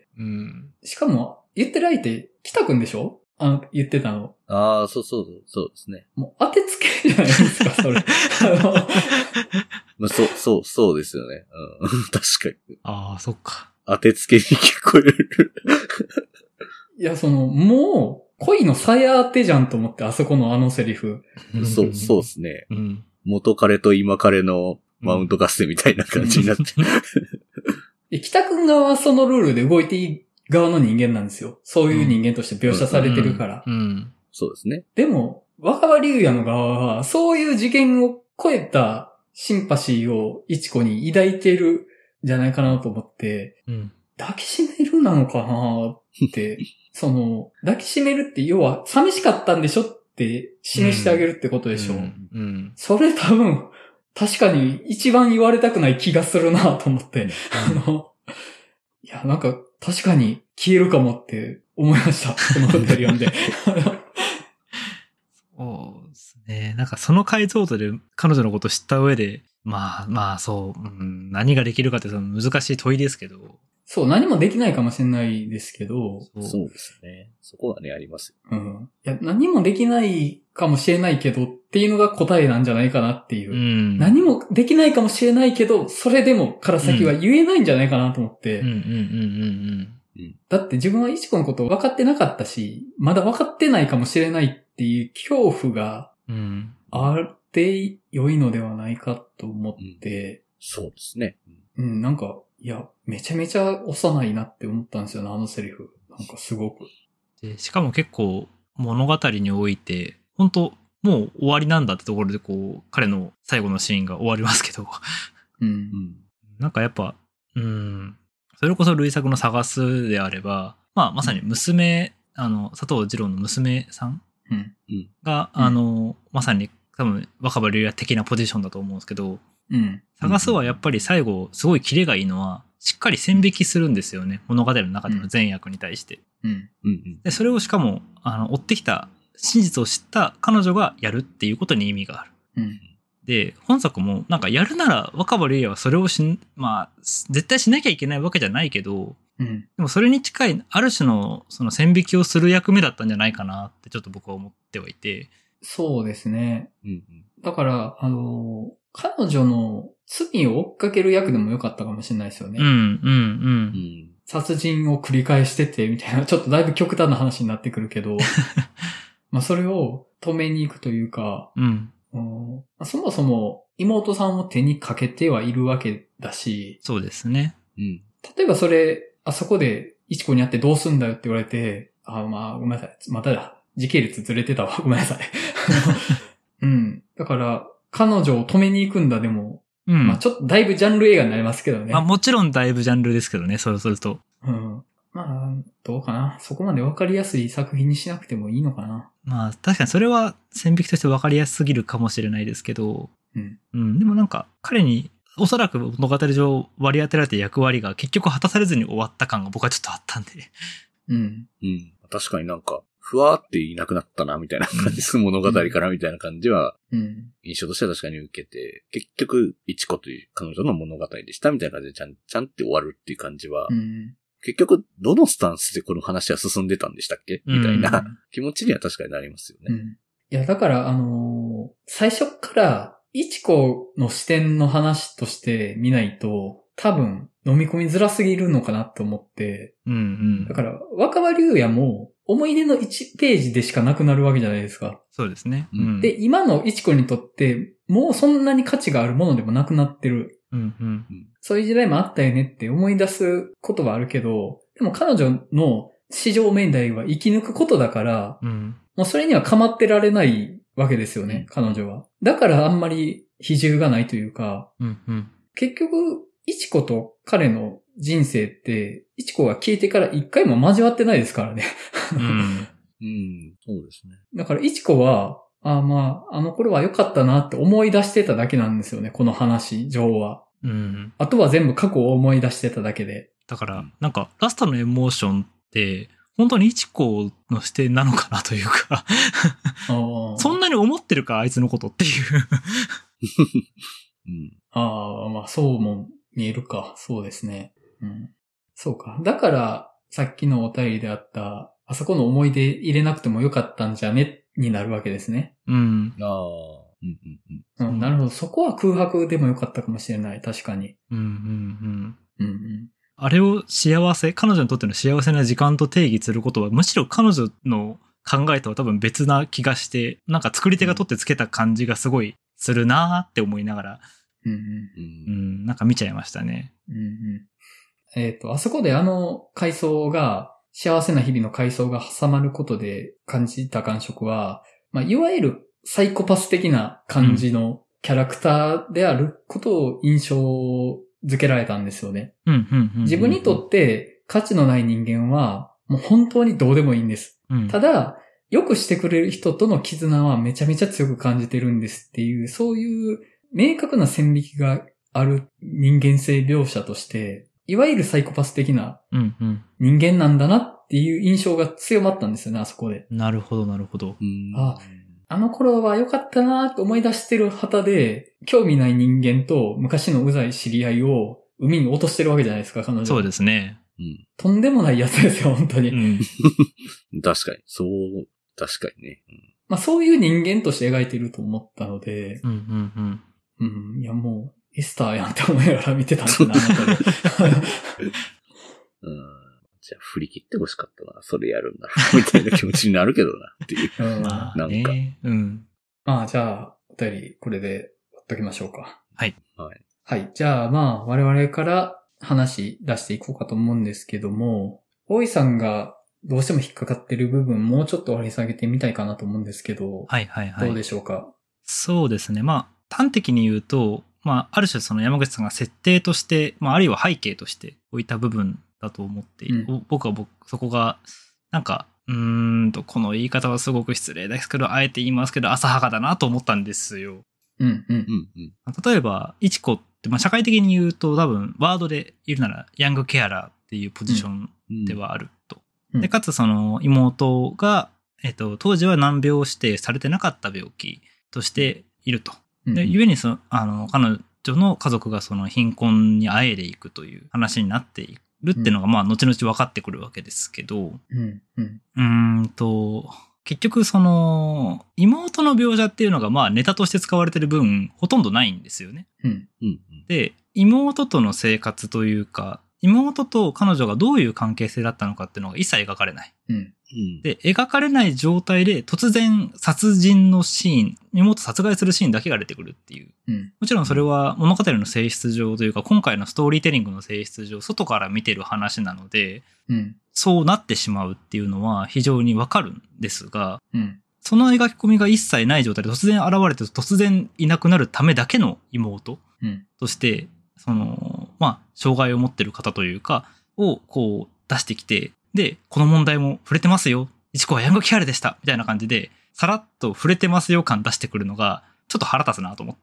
Speaker 1: しかも、言ってる相手、北くんでしょ？言ってたの。
Speaker 3: ああ、そうですね。
Speaker 1: もう当てつけじゃないですか、それ。
Speaker 3: まあ、そうですよね。確かに。
Speaker 2: ああ、そっか。
Speaker 3: 当てつけに聞こえる。
Speaker 1: いや、もう、恋の鞘当てじゃんと思って、あそこのセリフ。
Speaker 3: そうですね。元彼と今彼のマウント合戦みたいな感じになって。
Speaker 1: 北くん側はそのルールで動いていい側の人間なんですよ。そういう人間として描写されてるから。
Speaker 3: そうですね。
Speaker 1: でも、若葉龍也の側は、そういう事件を超えたシンパシーを一子に抱いてるんじゃないかなと思って、抱きしめるなのかなって、抱きしめるって要は寂しかったんでしょって示してあげるってことでしょ。それ多分、確かに一番言われたくない気がするなと思って、いや、なんか確かに消えるかもって思いました。このホテル読んで。
Speaker 2: そうですね。なんかその解像度で彼女のことを知った上で、まあそう、何ができるかって難しい問いですけど。
Speaker 1: そう、何もできないかもしれないですけど。
Speaker 3: そうですね。そこはね、あります。
Speaker 1: いや、何もできないかもしれないけどっていうのが答えなんじゃないかなっていう。何もできないかもしれないけど、それでもから先は言えないんじゃないかなと思って。だって自分は一子のこと分かってなかったし、まだ分かってないかもしれないっていう恐怖があって良いのではないかと思って。
Speaker 3: そうですね。
Speaker 1: なんか、いや、めちゃめちゃ幼いなって思ったんですよね、あのセリフ。なんかすごく。
Speaker 2: で、しかも結構物語において、本当もう終わりなんだってところで彼の最後のシーンが終わりますけど。なんかやっぱ、それこそ類作の探すであれば、まさに娘、佐藤二郎の娘さんが、まさに多分若葉龍也的なポジションだと思うんですけど、探すはやっぱり最後すごいキレがいいのはしっかり線引きするんですよね、物語の中での善悪に対して。でそれをしかも追ってきた真実を知った彼女がやるっていうことに意味がある。で本作もなんかやるなら若葉龍也はそれを絶対しなきゃいけないわけじゃないけど、でもそれに近いある種のその線引きをする役目だったんじゃないかなってちょっと僕は思ってはいて。
Speaker 1: そうですね。だから彼女の罪を追っかける役でもよかったかもしれないですよね。殺人を繰り返しててみたいな、ちょっとだいぶ極端な話になってくるけど、それを止めに行くというか、そもそも妹さんを手にかけてはいるわけだし、
Speaker 2: そうですね。
Speaker 1: 例えばあそこで一子に会ってどうすんだよって言われて、ごめんなさい。まただ。時系列ずれてたわ。ごめんなさい。だから、彼女を止めに行くんだでも、ちょっとだいぶジャンル映画になりますけどね。
Speaker 2: もちろんだいぶジャンルですけどね、そうすると。
Speaker 1: どうかな。そこまでわかりやすい作品にしなくてもいいのかな。
Speaker 2: まあ、確かにそれは線引きとしてわかりやすすぎるかもしれないですけど、でもなんか、彼に、おそらく物語上割り当てられた役割が結局果たされずに終わった感が僕はちょっとあったんで。
Speaker 3: 確かになんか、ふわーっていなくなったな、みたいな感じです。物語からみたいな感じは、印象としては確かに受けて、結局、いちこという彼女の物語でした、みたいな感じでちゃんって終わるっていう感じは、結局、どのスタンスでこの話は進んでたんでしたっけみたいな気持ちには確かになりますよね。
Speaker 1: いや、だから、最初から、いちこの視点の話として見ないと、多分、飲み込みづらすぎるのかなと思って、だから、若葉龍也も、思い出の1ページでしかなくなるわけじゃないですか。
Speaker 2: そうですね。
Speaker 1: で、今のいちこにとって、もうそんなに価値があるものでもなくなってる。そういう時代もあったよねって思い出すことはあるけど、でも彼女の至上命題は生き抜くことだから、もうそれには構ってられないわけですよね、彼女は。だからあんまり比重がないというか、結局、いちこと彼の人生って、いちこが消えてから一回も交わってないですからね。
Speaker 3: そうですね。
Speaker 1: だからいちこは、あの頃は良かったなって思い出してただけなんですよね、この話上は。あとは全部過去を思い出してただけで。
Speaker 2: だから、なんか、ラストのエモーションって、本当にいちこの視点なのかなというかそんなに思ってるか、あいつのことっていう
Speaker 1: まあ、そうも見えるか。そうですね。そうか。だから、さっきのお便りであった、あそこの思い出入れなくてもよかったんじゃねになるわけですね。なるほど。そこは空白でもよかったかもしれない。確かに。
Speaker 2: あれを彼女にとっての幸せな時間と定義することは、むしろ彼女の考えとは多分別な気がして、なんか作り手が取ってつけた感じがすごいするなーって思いながら、なんか見ちゃいましたね。
Speaker 1: あそこであの回想が、幸せな日々の回想が挟まることで感じた感触は、いわゆるサイコパス的な感じのキャラクターであることを印象づけられたんですよね。自分にとって価値のない人間はもう本当にどうでもいいんです。ただ、よくしてくれる人との絆はめちゃめちゃ強く感じてるんですっていう、そういう明確な線引きがある人間性描写として、いわゆるサイコパス的な人間なんだなっていう印象が強まったんですよね、あそこで。
Speaker 2: なるほど、なるほど。
Speaker 1: あの頃は良かったなと思い出してる旗で、興味ない人間と昔のうざい知り合いを海に落としてるわけじゃないですか、彼女。
Speaker 2: そうですね。
Speaker 1: とんでもないやつですよ、本当に。
Speaker 3: 確かに。確かにね。
Speaker 1: そういう人間として描いてると思ったので、いやもう、エスターやんって思いながら見てたんだな、
Speaker 3: じゃあ振り切ってほしかったな、それやるんだみたいな気持ちになるけどな、っていう。なんか。
Speaker 1: じゃあ、お便りこれでやっときましょうか。
Speaker 2: はい。
Speaker 1: はい。じゃあ我々から話出していこうかと思うんですけども、大井さんがどうしても引っかかってる部分もうちょっと掘り下げてみたいかなと思うんですけど、どうでしょうか。
Speaker 2: そうですね。端的に言うと、ある種その山口さんが設定として、あるいは背景として置いた部分だと思っている。僕はそこが、なんか、この言い方はすごく失礼ですけど、あえて言いますけど、浅はかだなと思ったんですよ。例えば、いちこって、社会的に言うと多分、ワードで言うなら、ヤングケアラーっていうポジションではあると。で、かつその妹が、当時は難病指定されてなかった病気としていると。で、故に彼女の家族がその貧困にあえいでいくという話になっているっていうのが、後々分かってくるわけですけど、結局その、妹の描写っていうのがネタとして使われてる分、ほとんどないんですよね。で、妹との生活というか、妹と彼女がどういう関係性だったのかっていうのが一切描かれない。で、描かれない状態で突然殺人のシーン、妹殺害するシーンだけが出てくるっていう。もちろんそれは物語の性質上というか、今回のストーリーテリングの性質上、外から見てる話なので、そうなってしまうっていうのは非常にわかるんですが、その描き込みが一切ない状態で突然現れて突然いなくなるためだけの妹として、その、障害を持ってる方というか、をこう出してきて、 で、この問題も触れてますよ。一子はヤングケアラでした。みたいな感じで、さらっと触れてますよ感出してくるのが、ちょっと腹立つなと思って。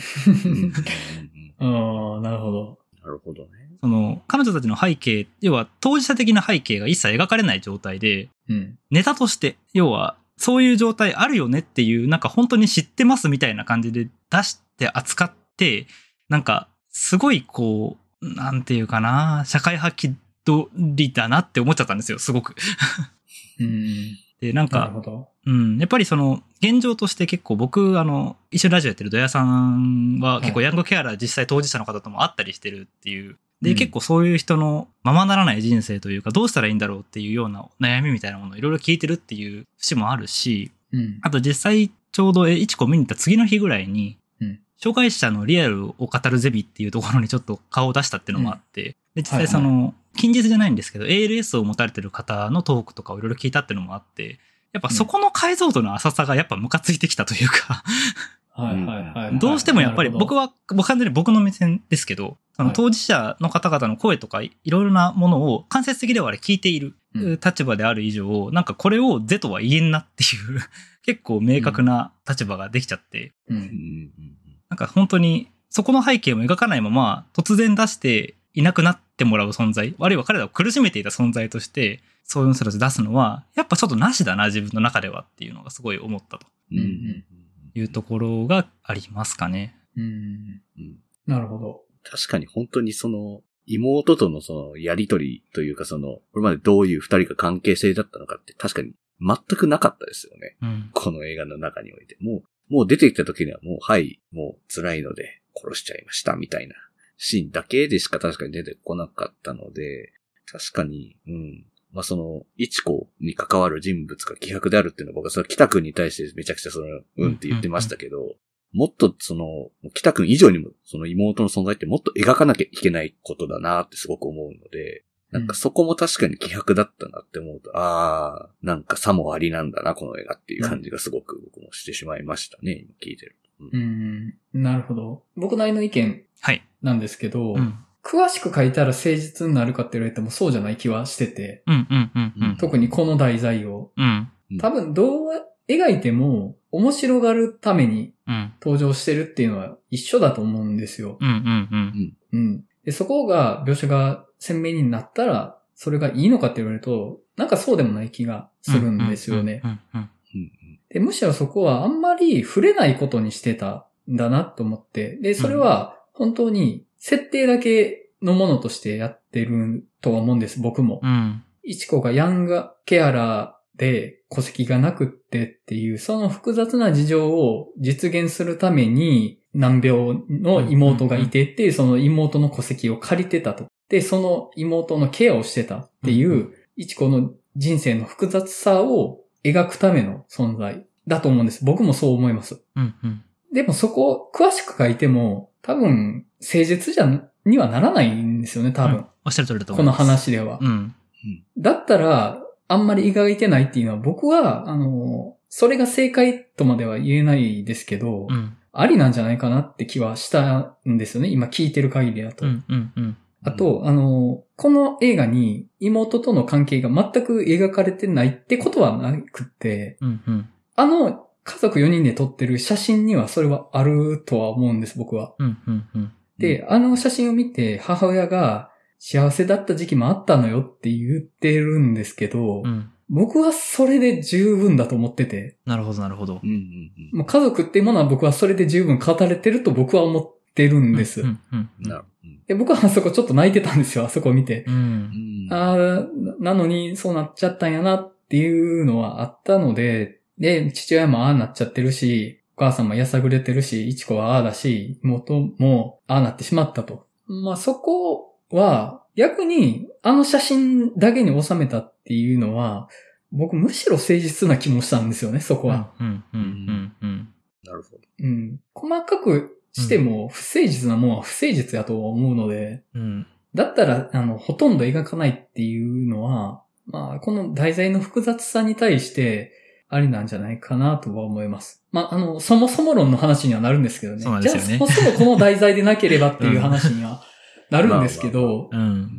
Speaker 1: ああ、なるほど。
Speaker 3: なるほどね。
Speaker 2: 彼女たちの背景、要は当事者的な背景が一切描かれない状態で、ネタとして、要は、そういう状態あるよねっていう、なんか本当に知ってますみたいな感じで出して扱って、なんか、すごいこう、なんていうかな、社会派気取りだなって思っちゃったんですよ、すごく。で、なんか、やっぱり現状として結構僕、一緒にラジオやってるドヤさんは結構ヤングケアラー実際当事者の方とも会ったりしてるっていう。で、結構そういう人のままならない人生というか、どうしたらいいんだろうっていうような悩みみたいなものをいろいろ聞いてるっていう節もあるし、あと実際ちょうど一個見に行った次の日ぐらいに、障害者のリアルを語るゼミっていうところにちょっと顔を出したっていうのもあって、で、実際近日じゃないんですけど、ALS を持たれてる方のトークとかをいろいろ聞いたっていうのもあって、やっぱそこの解像度の浅さがやっぱムカついてきたというかどうしてもやっぱり僕完全に僕の目線ですけど、当事者の方々の声とかいろいろなものを間接的ではあれ聞いている立場である以上、なんかこれを是とは言えんなっていう結構明確な立場ができちゃって、なんか本当にそこの背景も描かないまま突然出していなくなってもらう存在、あるいは彼らを苦しめていた存在としてそういう人たち出すのはやっぱちょっとなしだな自分の中ではっていうのがすごい思ったというところがありますかね。
Speaker 1: なるほど。
Speaker 3: 確かに本当に妹とのやりとりというかこれまでどういう二人が関係性だったのかって確かに全くなかったですよね。この映画の中において。もう出てきた時にはもう辛いので殺しちゃいましたみたいなシーンだけでしか確かに出てこなかったので、確かに、一子に関わる人物が希薄であるっていうのは僕は北くんに対してめちゃくちゃって言ってましたけど、もっと北くん以上にも妹の存在ってもっと描かなきゃいけないことだなってすごく思うので、なんかそこも確かに希薄だったなって思うと、なんかさもありなんだなこの映画っていう感じがすごく僕もしてしまいましたね、今聞いてる。
Speaker 1: なるほど。僕なりの意見なんですけど、詳しく書いたら誠実になるかって言われてもそうじゃない気はしてて、特にこの題材を、多分どう描いても面白がるために登場してるっていうのは一緒だと思うんですよ。でそこが描写が鮮明になったらそれがいいのかって言われるとなんかそうでもない気がするんですよね。でむしろそこはあんまり触れないことにしてたんだなと思って、でそれは本当に設定だけのものとしてやってるとは思うんです、僕も。一子がヤングケアラーで戸籍がなくってっていう、その複雑な事情を実現するために難病の妹がいてって、その妹の戸籍を借りてたと。で、その妹のケアをしてたっていう、一子の人生の複雑さを描くための存在だと思うんです。僕もそう思います。でもそこを詳しく書いても、多分、誠実にはならないんですよね、多分。
Speaker 2: おっしゃる通りだと思います。
Speaker 1: この話では。だったら、あんまり描いてないっていうのは、僕は、それが正解とまでは言えないですけど、ありなんじゃないかなって気はしたんですよね、今聞いてる限りだと。あと、この映画に妹との関係が全く描かれてないってことはなくって、家族4人で撮ってる写真にはそれはあるとは思うんです、僕は。で、写真を見て母親が幸せだった時期もあったのよって言ってるんですけど、僕はそれで十分だと思ってて。
Speaker 2: なるほど、なるほど。
Speaker 1: もう家族っていうものは僕はそれで十分語れてると僕は思ってるんです。で僕はあそこちょっと泣いてたんですよ、あそこを見て。なのにそうなっちゃったんやなっていうのはあったので、で、父親もああなっちゃってるし、お母さんもやさぐれてるし、一子はああだし、妹もああなってしまったと。そこは、逆に、写真だけに収めたっていうのは、僕むしろ誠実な気もしたんですよね、そこは。
Speaker 3: なるほど。
Speaker 1: 細かくしても、不誠実なものは不誠実やと思うので、だったら、ほとんど描かないっていうのは、この題材の複雑さに対して、ありなんじゃないかなとは思います。そもそも論の話にはなるんですけどね。
Speaker 2: そうなんですよね。
Speaker 1: じゃあそもそもこの題材でなければっていう話にはなるんですけど、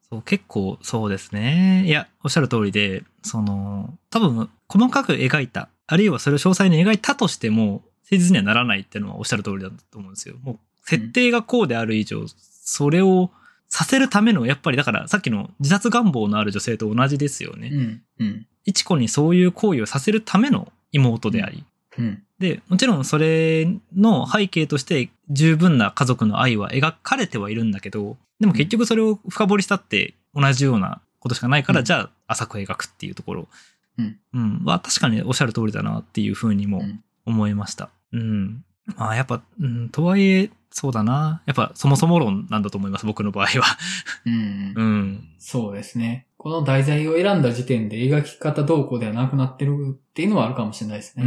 Speaker 2: そう、結構そうですね。いや、おっしゃる通りで、多分、細かく描いた、あるいはそれを詳細に描いたとしても、誠実にはならないっていうのはおっしゃる通りだと思うんですよ。もう、設定がこうである以上、それをさせるための、やっぱりだからさっきの自殺願望のある女性と同じですよね。
Speaker 1: うんうん。
Speaker 2: 一子にそういう行為をさせるための妹であり。
Speaker 1: うん。
Speaker 2: で、もちろんそれの背景として十分な家族の愛は描かれてはいるんだけど、でも結局それを深掘りしたって同じようなことしかないから、じゃあ浅く描くっていうところ。は確かにおっしゃる通りだなっていうふうにも思いました。まあやっぱ、とはいえ、そうだな。やっぱそもそも論なんだと思います、僕の場合は。
Speaker 1: そうですね。この題材を選んだ時点で描き方動向ではなくなってるっていうのはあるかもしれないですね。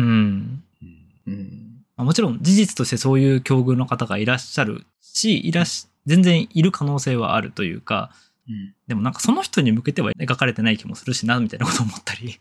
Speaker 2: もちろん事実としてそういう境遇の方がいらっしゃるし、全然いる可能性はあるというか、でもなんかその人に向けては描かれてない気もするしな、みたいなことを思ったり。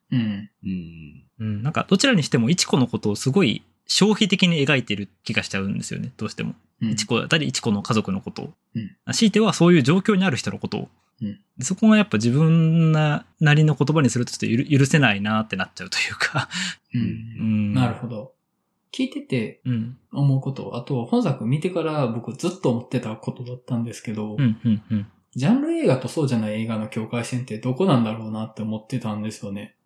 Speaker 2: なんかどちらにしても一子のことをすごい消費的に描いてる気がしちゃうんですよね、どうしても。一子だったり一子の家族のことを。強いてはそういう状況にある人のことを。そこがやっぱ自分なりの言葉にするとちょっと許せないなってなっちゃうというか。
Speaker 1: なるほど。聞いてて思うこと、あと本作見てから僕ずっと思ってたことだったんですけど、ジャンル映画とそうじゃない映画の境界線ってどこなんだろうなって思ってたんですよね。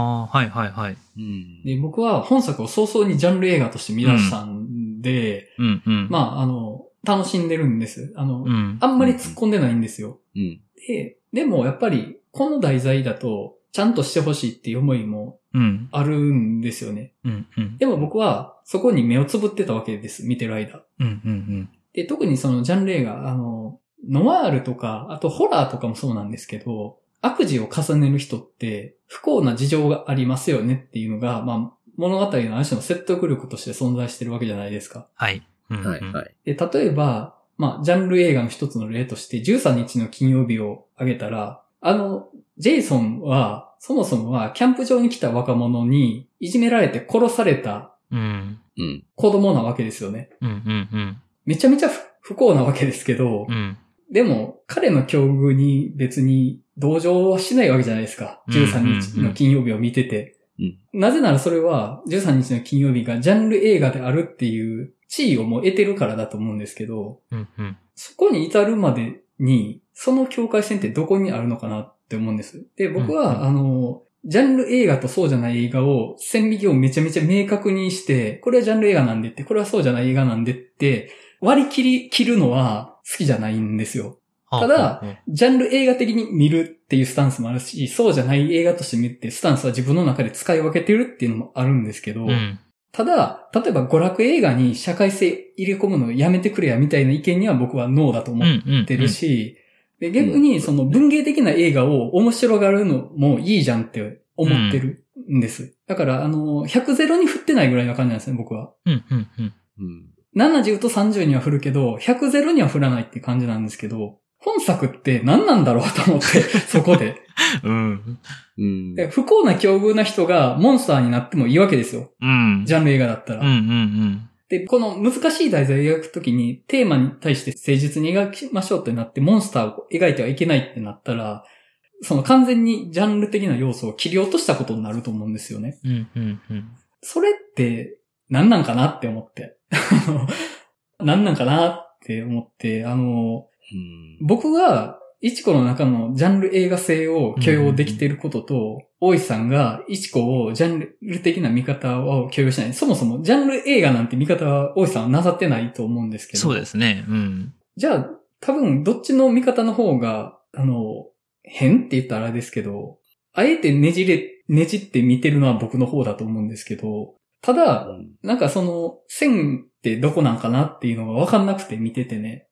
Speaker 1: で、僕は本作を早々にジャンル映画として見出したんで、楽しんでるんです。あんまり突っ込んでないんですよ。でもやっぱりこの題材だとちゃんとしてほしいっていう思いもあるんですよね。でも僕はそこに目をつぶってたわけです、見てる間。で、特にそのジャンル映画、ノワールとか、あとホラーとかもそうなんですけど、悪事を重ねる人って不幸な事情がありますよねっていうのが、物語のある種の説得力として存在してるわけじゃないですか。で、例えば、ジャンル映画の一つの例として13日の金曜日を挙げたら、ジェイソンは、そもそもはキャンプ場に来た若者にいじめられて殺された子供なわけですよね。めちゃめちゃ不幸なわけですけど、でも彼の境遇に別に同情はしないわけじゃないですか。13日の金曜日を見てて。なぜならそれは13日の金曜日がジャンル映画であるっていう地位をもう得てるからだと思うんですけど、そこに至るまでにその境界線ってどこにあるのかなって思うんです。で、僕はジャンル映画とそうじゃない映画を線引きをめちゃめちゃ明確にして、これはジャンル映画なんでって、これはそうじゃない映画なんでって割り切るのは好きじゃないんですよ。ただ、ジャンル映画的に見るっていうスタンスもあるし、そうじゃない映画として見るってスタンスは自分の中で使い分けてるっていうのもあるんですけど、ただ、例えば娯楽映画に社会性入れ込むのをやめてくれやみたいな意見には僕はノーだと思ってるし、で逆にその文芸的な映画を面白がるのもいいじゃんって思ってるんです。だから100ゼロに振ってないぐらいな感じなんですね、僕は。70と30には振るけど、100ゼロには振らないって感じなんですけど、本作って何なんだろうと思って、そこで。不幸な境遇な人がモンスターになってもいいわけですよ。ジャンル映画だったら。で、この難しい題材を描くときにテーマに対して誠実に描きましょうってなってモンスターを描いてはいけないってなったら、その完全にジャンル的な要素を切り落としたことになると思うんですよね。それって何なんかなって思って。何なんかなって思って、僕がイチコの中のジャンル映画性を許容できていることと、大石さんがイチコをジャンル的な見方を許容しない。そもそもジャンル映画なんて見方は大石さんはなさってないと思うんですけど。
Speaker 2: そうですね。
Speaker 1: じゃあ、多分どっちの見方の方が、変って言ったらあれですけど、あえてねじって見てるのは僕の方だと思うんですけど、ただ、なんかその線ってどこなんかなっていうのが分かんなくて見ててね。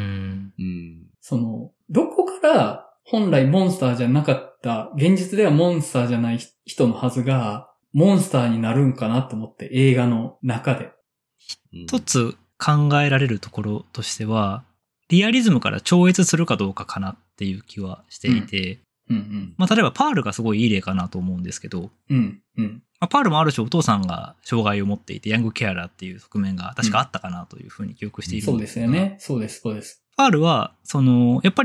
Speaker 1: どこから本来モンスターじゃなかった、現実ではモンスターじゃない人のはずが、モンスターになるんかなと思って映画の中で。
Speaker 2: 一つ考えられるところとしては、リアリズムから超越するかどうかかなっていう気はしていて、例えばパールがすごいいい例かなと思うんですけど、パールもある種お父さんが障害を持っていてヤングケアラーっていう側面が確かあったかなというふうに記憶しているんですが、
Speaker 1: そうですよね。そうです。
Speaker 2: パールは、やっぱり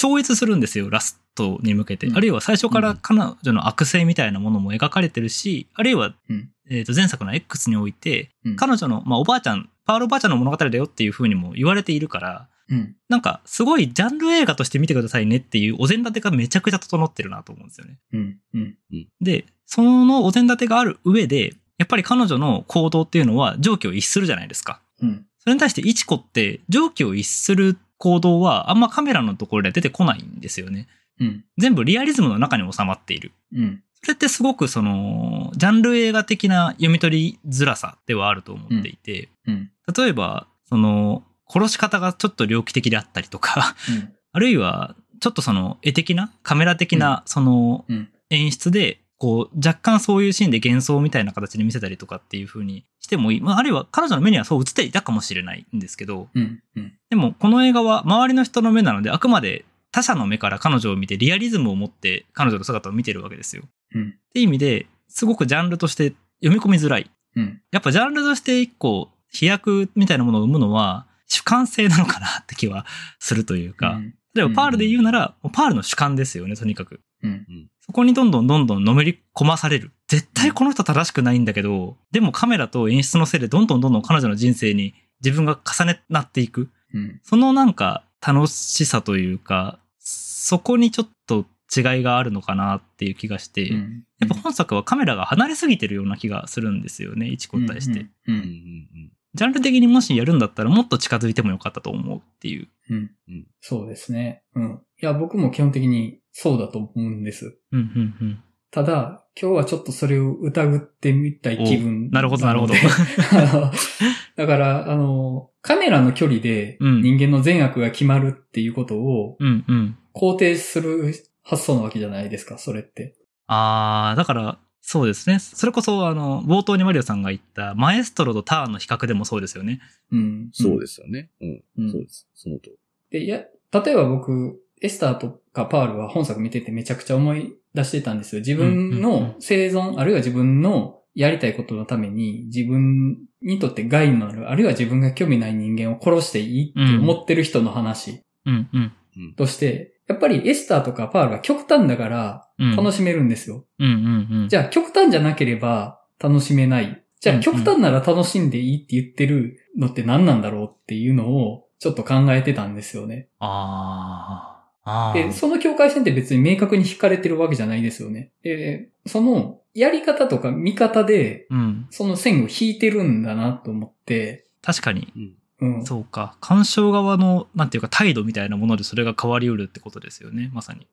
Speaker 2: 超越するんですよ、ラストに向けて。あるいは最初から彼女の悪性みたいなものも描かれてるし、あるいは、前作の X において、彼女の、おばあちゃん、パールおばあちゃんの物語だよっていう風にも言われているから、なんか、すごいジャンル映画として見てくださいねっていうお膳立てがめちゃくちゃ整ってるなと思うんですよね。で、そのお膳立てがある上で、やっぱり彼女の行動っていうのは常軌を逸するじゃないですか。それに対してイチコって常軌を逸する行動はあんまカメラのところでは出てこないんですよね。全部リアリズムの中に収まっている。それってすごくジャンル映画的な読み取りづらさではあると思っていて、例えば、殺し方がちょっと猟奇的であったりとか、あるいは、ちょっと絵的な、カメラ的な、演出で、こう、若干そういうシーンで幻想みたいな形で見せたりとかっていう風にしてもいい。あるいは彼女の目にはそう映っていたかもしれないんですけど、でもこの映画は周りの人の目なので、あくまで他者の目から彼女を見てリアリズムを持って彼女の姿を見てるわけですよ。っていう意味で、すごくジャンルとして読み込みづらい。やっぱジャンルとして一個飛躍みたいなものを生むのは主観性なのかなって気はするというか、例えばパールで言うなら、パールの主観ですよね、とにかく。そこにどんどんのめり込まされる。絶対この人正しくないんだけど、でもカメラと演出のせいでどんどん彼女の人生に自分が重なっていく。そのなんか楽しさというか、そこにちょっと違いがあるのかなっていう気がして、やっぱ本作はカメラが離れすぎてるような気がするんですよね、イチコに対して。ジャンル的にもしやるんだったらもっと近づいてもよかったと思うっていう。
Speaker 1: そうですね。いや、僕も基本的にそうだと思うんです。ただ、今日はちょっとそれを疑ってみたい気分
Speaker 2: なるほど。
Speaker 1: だから、カメラの距離で人間の善悪が決まるっていうことを肯定する発想なわけじゃないですか、それって。
Speaker 2: だから、そうですね。それこそ、冒頭にマリオさんが言った、マエストロとターンの比較でもそうですよね。
Speaker 3: そうですよね。そうです。そのと。
Speaker 1: で、例えば僕、エスターとかパールは本作見ててめちゃくちゃ思い出してたんですよ。自分の生存、あるいは自分のやりたいことのために、自分にとって害のある、あるいは自分が興味ない人間を殺していいって思ってる人の話として、やっぱりエスターとかパールは極端だから楽しめるんですよ。じゃあ極端じゃなければ楽しめない。じゃあ極端なら楽しんでいいって言ってるのって何なんだろうっていうのをちょっと考えてたんですよね。で、その境界線って別に明確に引かれてるわけじゃないですよね。で、そのやり方とか見方で、その線を引いてるんだなと思って。
Speaker 2: 確かに。そうか。鑑賞側の、なんていうか態度みたいなものでそれが変わりうるってことですよね、まさに。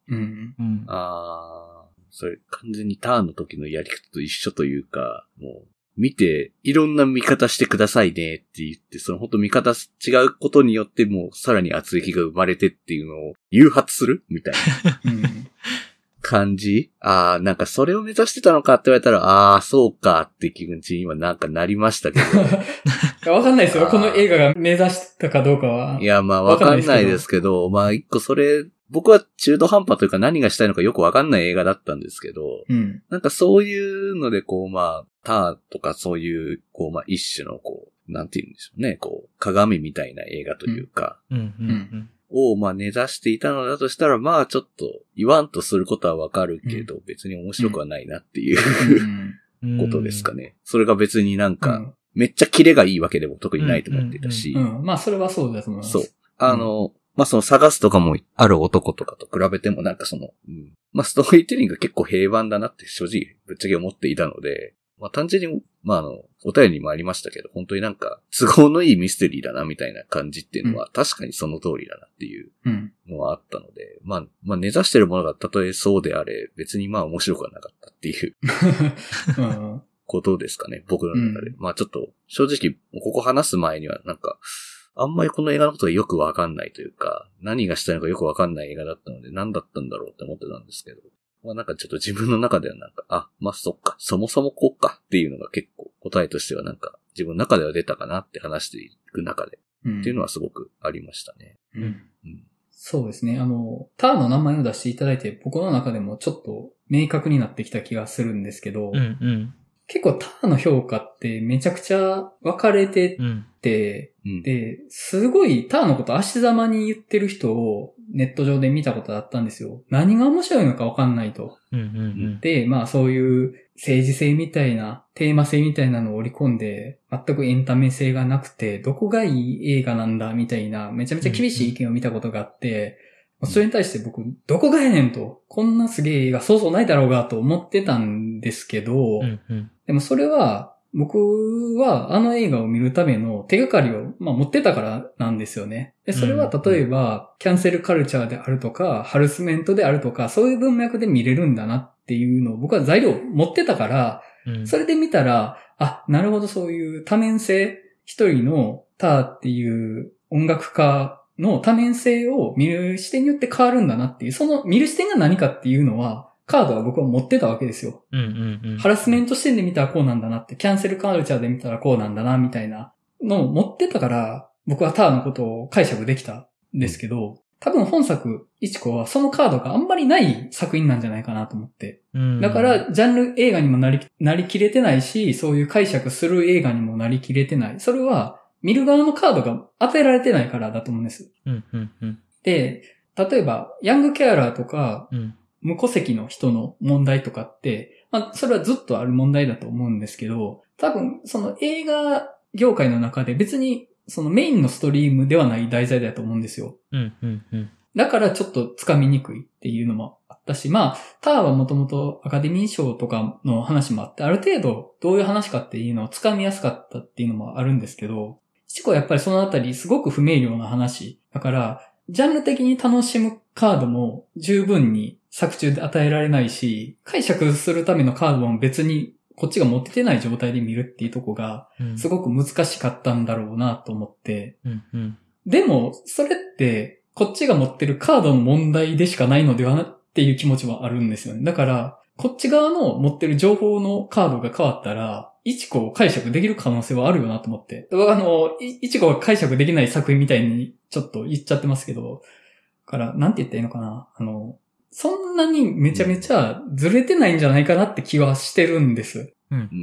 Speaker 3: それ完全にターンの時のやり方と一緒というか、もう、見て、いろんな見方してくださいねって言って、その本当見方違うことによってもうさらに圧力が生まれてっていうのを誘発するみたいな感じ。なんかそれを目指してたのかって言われたら、そうかって気持ちに今なんかなりましたけ
Speaker 1: ど。わかんないですよ。この映画が目指したかどうかは。
Speaker 3: いや、わかんないですけど、一個それ、僕は中途半端というか何がしたいのかよくわかんない映画だったんですけど、なんかそういうのでターとかそういう、一種のなんて言うんでしょうね、鏡みたいな映画というか、を目指していたのだとしたら、ちょっと言わんとすることはわかるけど、別に面白くはないなっていうことですかね。それが別になんか、めっちゃキレがいいわけでも特にないと思ってたし。
Speaker 1: それはそうだと思います。
Speaker 3: そう。その探すとかもある男とかと比べてもなんかストーリーテリングが結構平凡だなって正直ぶっちゃけ思っていたので、単純に、お便りにもありましたけど、本当になんか都合のいいミステリーだなみたいな感じっていうのは確かにその通りだなっていうのはあったので、根ざしてるものがたとえそうであれ、別に面白くはなかったっていうことですかね、僕の中で。ちょっと正直ここ話す前にはなんか、あんまりこの映画のことがよくわかんないというか、何がしたいのかよくわかんない映画だったので、何だったんだろうって思ってたんですけど、なんかちょっと自分の中ではなんか、そっか、そもそもこうかっていうのが結構答えとしてはなんか、自分の中では出たかなって話していく中で、っていうのはすごくありましたね。
Speaker 1: そうですね。ターの名前を出していただいて、僕の中でもちょっと明確になってきた気がするんですけど、 結構ターの評価ってめちゃくちゃ分かれてて、で、すごいターのこと足ざまに言ってる人をネット上で見たことあったんですよ。何が面白いのか分かんないと。で、まあそういう政治性みたいな、テーマ性みたいなのを織り込んで、全くエンタメ性がなくて、どこがいい映画なんだみたいな、めちゃめちゃ厳しい意見を見たことがあって、それに対して僕、どこがやねんと、こんなすげえ映画そうそうないだろうがと思ってたんですけど、でもそれは、僕はあの映画を見るための手がかりを、持ってたからなんですよね。で、それは例えば、キャンセルカルチャーであるとか、ハラスメントであるとか、そういう文脈で見れるんだなっていうのを僕は材料を持ってたから、それで見たら、あ、なるほどそういう多面性、一人のターっていう音楽家の多面性を見る視点によって変わるんだなっていう、その見る視点が何かっていうのは、カードは僕は持ってたわけですよ。ハラスメント視点で見たらこうなんだなって、キャンセルカルチャーで見たらこうなんだな、みたいなのを持ってたから、僕はターのことを解釈できたんですけど、多分本作、イチコはそのカードがあんまりない作品なんじゃないかなと思って。だから、ジャンル映画にもなりきれてないし、そういう解釈する映画にもなりきれてない。それは、見る側のカードが与えられてないからだと思うんです。で、例えば、ヤングケアラーとか、無戸籍の人の問題とかって、それはずっとある問題だと思うんですけど、多分、その映画業界の中で別に、そのメインのストリームではない題材だと思うんですよ。だからちょっと掴みにくいっていうのもあったし、ターはもともとアカデミー賞とかの話もあって、ある程度どういう話かっていうのを掴みやすかったっていうのもあるんですけど、イチコはやっぱりそのあたりすごく不明瞭な話。だから、ジャンル的に楽しむカードも十分に作中で与えられないし、解釈するためのカードも別にこっちが持っててない状態で見るっていうとこが、すごく難しかったんだろうなと思って。でも、それって、こっちが持ってるカードの問題でしかないのではなっていう気持ちはあるんですよね。だから、こっち側の持ってる情報のカードが変わったら、イチコを解釈できる可能性はあるよなと思って。イチコが解釈できない作品みたいにちょっと言っちゃってますけど、だから、なんて言ったらいいのかな。そんなにめちゃめちゃずれてないんじゃないかなって気はしてるんです。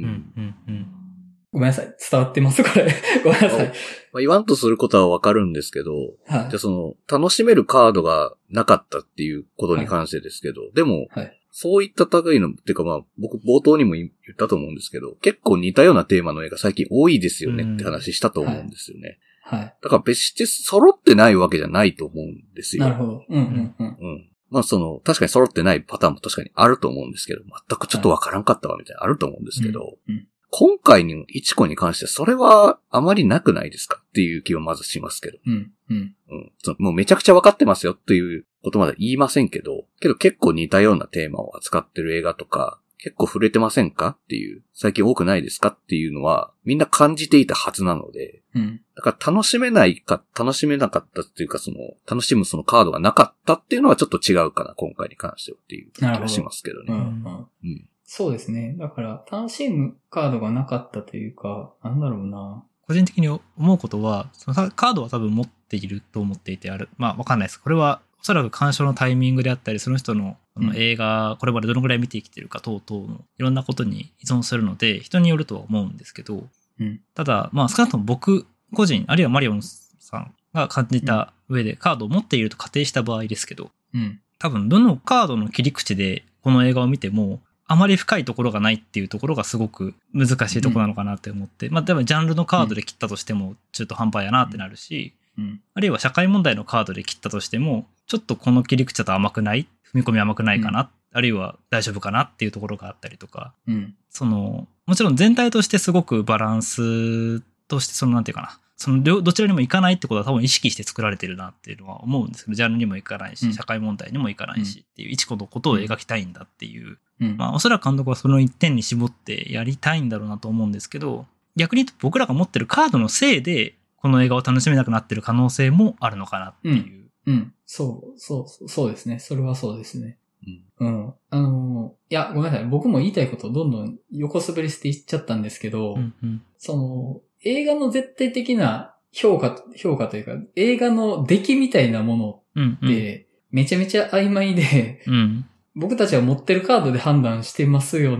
Speaker 1: ごめんなさい。伝わってますこれ。ごめんなさい。
Speaker 3: 言わんとすることはわかるんですけど、じゃあ楽しめるカードがなかったっていうことに関してですけど、でも、そういった類の、っていうか僕冒頭にも言ったと思うんですけど、結構似たようなテーマの映画最近多いですよねって話したと思うんですよね。だから別して揃ってないわけじゃないと思うんですよ。
Speaker 1: なるほど。
Speaker 3: 確かに揃ってないパターンも確かにあると思うんですけど、全くちょっとわからんかったわみたいなあると思うんですけど、今回のイチコに関してそれはあまりなくないですかっていう気はまずしますけど。もうめちゃくちゃわかってますよっていうことまで言いませんけど結構似たようなテーマを扱ってる映画とか、結構触れてませんかっていう、最近多くないですかっていうのは、みんな感じていたはずなので、だから楽しめなかったっていうか、楽しむそのカードがなかったっていうのはちょっと違うかな、今回に関してはっていう気がしますけどね。
Speaker 1: そうですね。だから、楽しむカードがなかったというか、なんだろうな。
Speaker 2: 個人的に思うことは、そのカードは多分持っていると思っていてわかんないです。これはおそらく鑑賞のタイミングであったり、その人の映画、これまでどのぐらい見てきてるか等々のいろんなことに依存するので、人によるとは思うんですけど、ただ、少なくとも僕個人、あるいはマリオンさんが感じた上でカードを持っていると仮定した場合ですけど、多分どのカードの切り口でこの映画を見ても、あまり深いところがないっていうところがすごく難しいところなのかなって思って、多分ジャンルのカードで切ったとしても中途半端やなってなるし、あるいは社会問題のカードで切ったとしても、ちょっとこの切り口だと甘くない、踏み込み甘くないかな、あるいは大丈夫かなっていうところがあったりとか、もちろん全体としてすごくバランスとしてなんていうかな、どちらにもいかないってことは多分意識して作られてるなっていうのは思うんですけど、ジャンルにもいかないし、社会問題にもいかないしっていう一個のことを描きたいんだっていう、おそらく監督はその一点に絞ってやりたいんだろうなと思うんですけど、逆に言うと僕らが持ってるカードのせいでこの映画を楽しめなくなってる可能性もあるのかなっていう。
Speaker 1: そうですね。それはそうですね。いや、ごめんなさい。僕も言いたいことをどんどん横滑りしていっちゃったんですけど、映画の絶対的な評価というか、映画の出来みたいなものって、めちゃめちゃ曖昧で、僕たちは持ってるカードで判断してますよねっ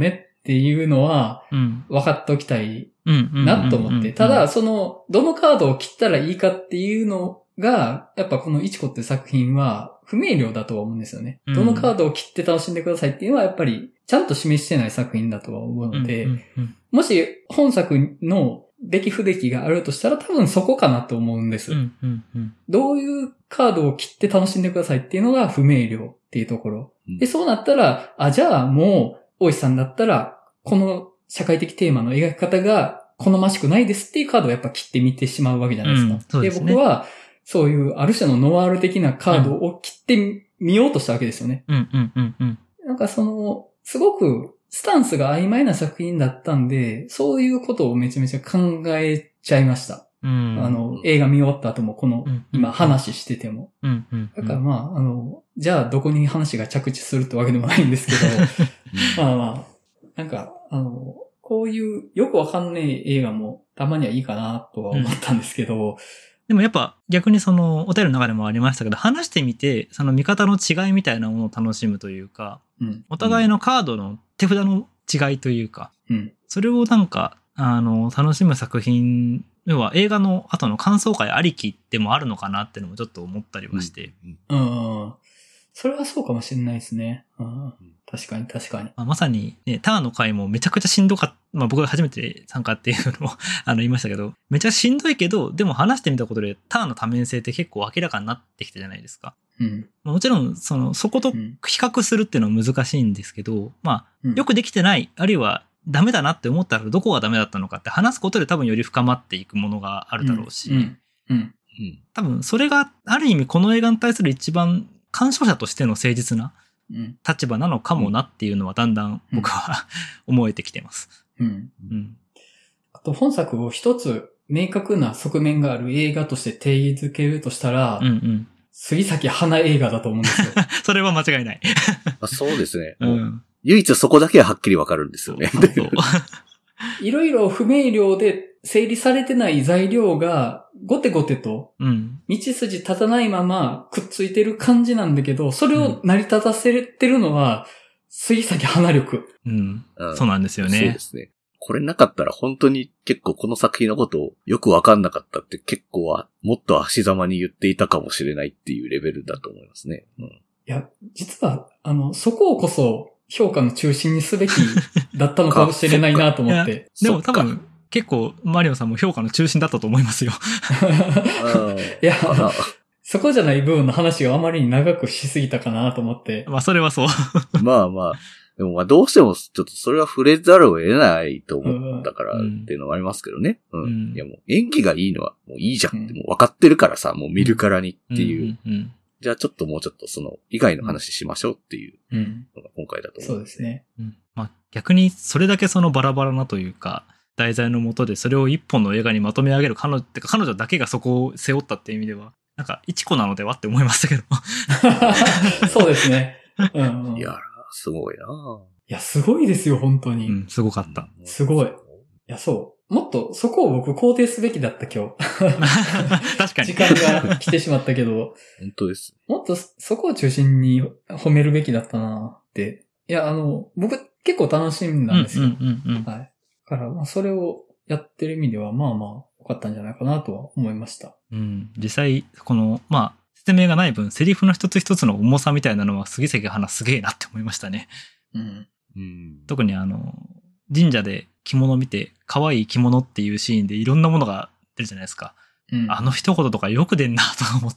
Speaker 1: っていうのは、分かっておきたいなと思って。ただ、どのカードを切ったらいいかっていうのが、やっぱこのイチコって作品は不明瞭だとは思うんですよね。どのカードを切って楽しんでくださいっていうのはやっぱりちゃんと示してない作品だとは思うので、もし本作のべき不出来があるとしたら多分そこかなと思うんです。どういうカードを切って楽しんでくださいっていうのが不明瞭っていうところ。で、そうなったら、じゃあもう、大石さんだったら、この社会的テーマの描き方が好ましくないですっていうカードをやっぱ切ってみてしまうわけじゃないですか。
Speaker 2: そうですね。
Speaker 1: で、僕は、そういうある種のノワール的なカードを切ってみようとしたわけですよね。なんかすごくスタンスが曖昧な作品だったんで、そういうことをめちゃめちゃ考えちゃいました。映画見終わった後も今話してても。だからまあ、じゃあどこに話が着地するってわけでもないんですけど、まあまあ、なんか、こういうよくわかんない映画もたまにはいいかなとは思ったんですけど、
Speaker 2: でもやっぱ逆にお便りの中でもありましたけど、話してみて、見方の違いみたいなものを楽しむというか、お互いのカードの手札の違いというか、それをなんか、楽しむ作品、要は映画の後の感想会ありきでもあるのかなっていうのもちょっと思ったりはして。
Speaker 1: それはそうかもしれないですね。確かに。
Speaker 2: まさに、ね、ターンの回もめちゃくちゃしんどかった。僕が初めて参加っていうのも言いましたけど、めちゃしんどいけど、でも話してみたことでターンの多面性って結構明らかになってきたじゃないですか。もちろん、そこと比較するっていうのは難しいんですけど、よくできてない、あるいはダメだなって思ったらどこがダメだったのかって話すことで多分より深まっていくものがあるだろうし、多分それがある意味この映画に対する一番鑑賞者としての誠実な立場なのかもなっていうのはだんだん僕は思えてきてます。
Speaker 1: あと本作を一つ明確な側面がある映画として定義づけるとしたら、杉咲花映画だと思うんですよ。
Speaker 2: それは間違いない。
Speaker 3: そうですね。唯一そこだけははっきりわかるんですよね。
Speaker 1: いろいろ不明瞭で整理されてない材料がごてごてと道筋立たないままくっついてる感じなんだけど、それを成り立たせてるのは杉咲花力。
Speaker 2: そうなんですよね。
Speaker 3: そうですね。これなかったら本当に結構この作品のことをよくわかんなかったって結構はもっと足ざまに言っていたかもしれないっていうレベルだと思いますね。
Speaker 1: いや、実はそこをこそ評価の中心にすべきだったのかもしれないなと思って。
Speaker 2: でも多分結構マリオンさんも評価の中心だったと思いますよ。
Speaker 1: いや、そこじゃない部分の話をあまりに長くしすぎたかなと思って。
Speaker 2: それはそう。
Speaker 3: でもどうしてもちょっとそれは触れざるを得ないと思ったからっていうのもありますけどね。いやもう演技がいいのはもういいじゃんってもう分かってるからさ、もう見るからにっていう。じゃあちょっともうちょっと以外の話しましょうっていうのが今回だと思う。
Speaker 1: そうですね。
Speaker 2: 逆にそれだけバラバラなというか、題材の下でそれを一本の映画にまとめ上げる彼女だけがそこを背負ったっていう意味では、なんか一個なのではって思いましたけど。
Speaker 1: そうですね。
Speaker 3: いや、すごいな。
Speaker 1: いや、すごいですよ、本当に。
Speaker 2: すごかった。
Speaker 1: すごい。いや、そう。もっとそこを僕肯定すべきだった今日。
Speaker 2: 確かに。
Speaker 1: 時間が来てしまったけど。
Speaker 3: 本当です。
Speaker 1: もっとそこを中心に褒めるべきだったなって。いや、僕結構楽しんだんですよ。はい。だから、それをやってる意味では、良かったんじゃないかなとは思いました。
Speaker 2: 実際、説明がない分、セリフの一つ一つの重さみたいなのは杉咲花すげえなって思いましたね。特に神社で着物見て、可愛い着物っていうシーンでいろんなものが出るじゃないですか。あの一言とかよく出んなと思って。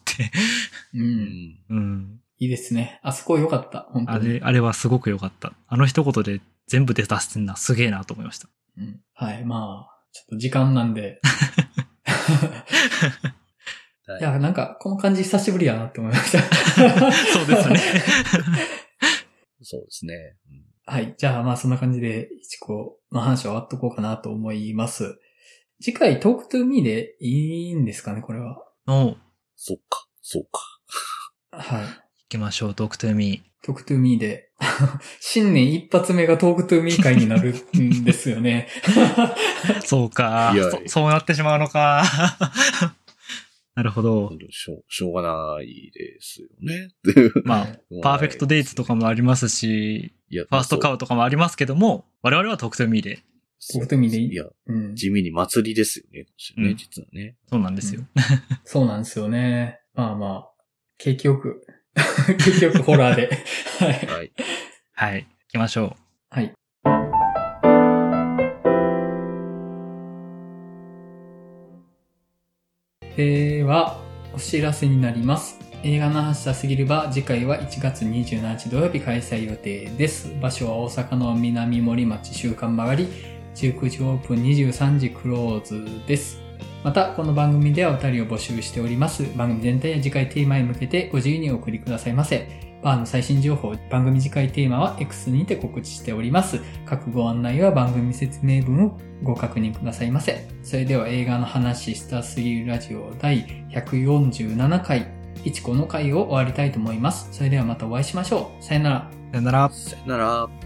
Speaker 1: いいですね。あそこ良かった。本当に。
Speaker 2: あれはすごく良かった。あの一言で全部出してんな、すげえなと思いました。
Speaker 1: はい、ちょっと時間なんで。いや、なんか、この感じ久しぶりやなって思いました。
Speaker 2: そうですね。
Speaker 3: そうですね。
Speaker 1: はい。じゃあ、そんな感じで、一個の話は終わっとこうかなと思います。次回、トークトゥーミーでいいんですかね、これは。
Speaker 3: そっか。
Speaker 1: はい。
Speaker 2: 行きましょう、トークトゥーミー。
Speaker 1: トークトゥーミーで。新年一発目がトークトゥーミー会になるんですよね。
Speaker 2: そうか。そうなってしまうのか。 なるほど。
Speaker 3: しょうがないですよね。
Speaker 2: まあ、パーフェクトデイツとかもありますし、ファーストカウとかもありますけども、我々はトークトゥーミーで。
Speaker 1: トークトゥーミーでいい？
Speaker 3: いや、地味に祭りですよね。実はね。
Speaker 2: そうなんですよ。
Speaker 1: そうなんですよね。まあまあ、景気よくホラーで。
Speaker 3: はい。
Speaker 2: はい。行きましょう。
Speaker 1: はい。では、お知らせになります。映画の話したすぎるば、次回は1月27日土曜日開催予定です。場所は大阪の南森町週刊曲がり、19時オープン23時クローズです。また、この番組ではお便りを募集しております。番組全体や次回テーマへ向けてご自由にお送りくださいませ。バーの最新情報、番組次回テーマは X にて告知しております。各ご案内は番組説明文をご確認くださいませ。それでは映画の話したすぎるラジオ第147回、いちこの回を終わりたいと思います。それではまたお会いしましょう。さよなら。
Speaker 2: さよなら。
Speaker 3: さよなら。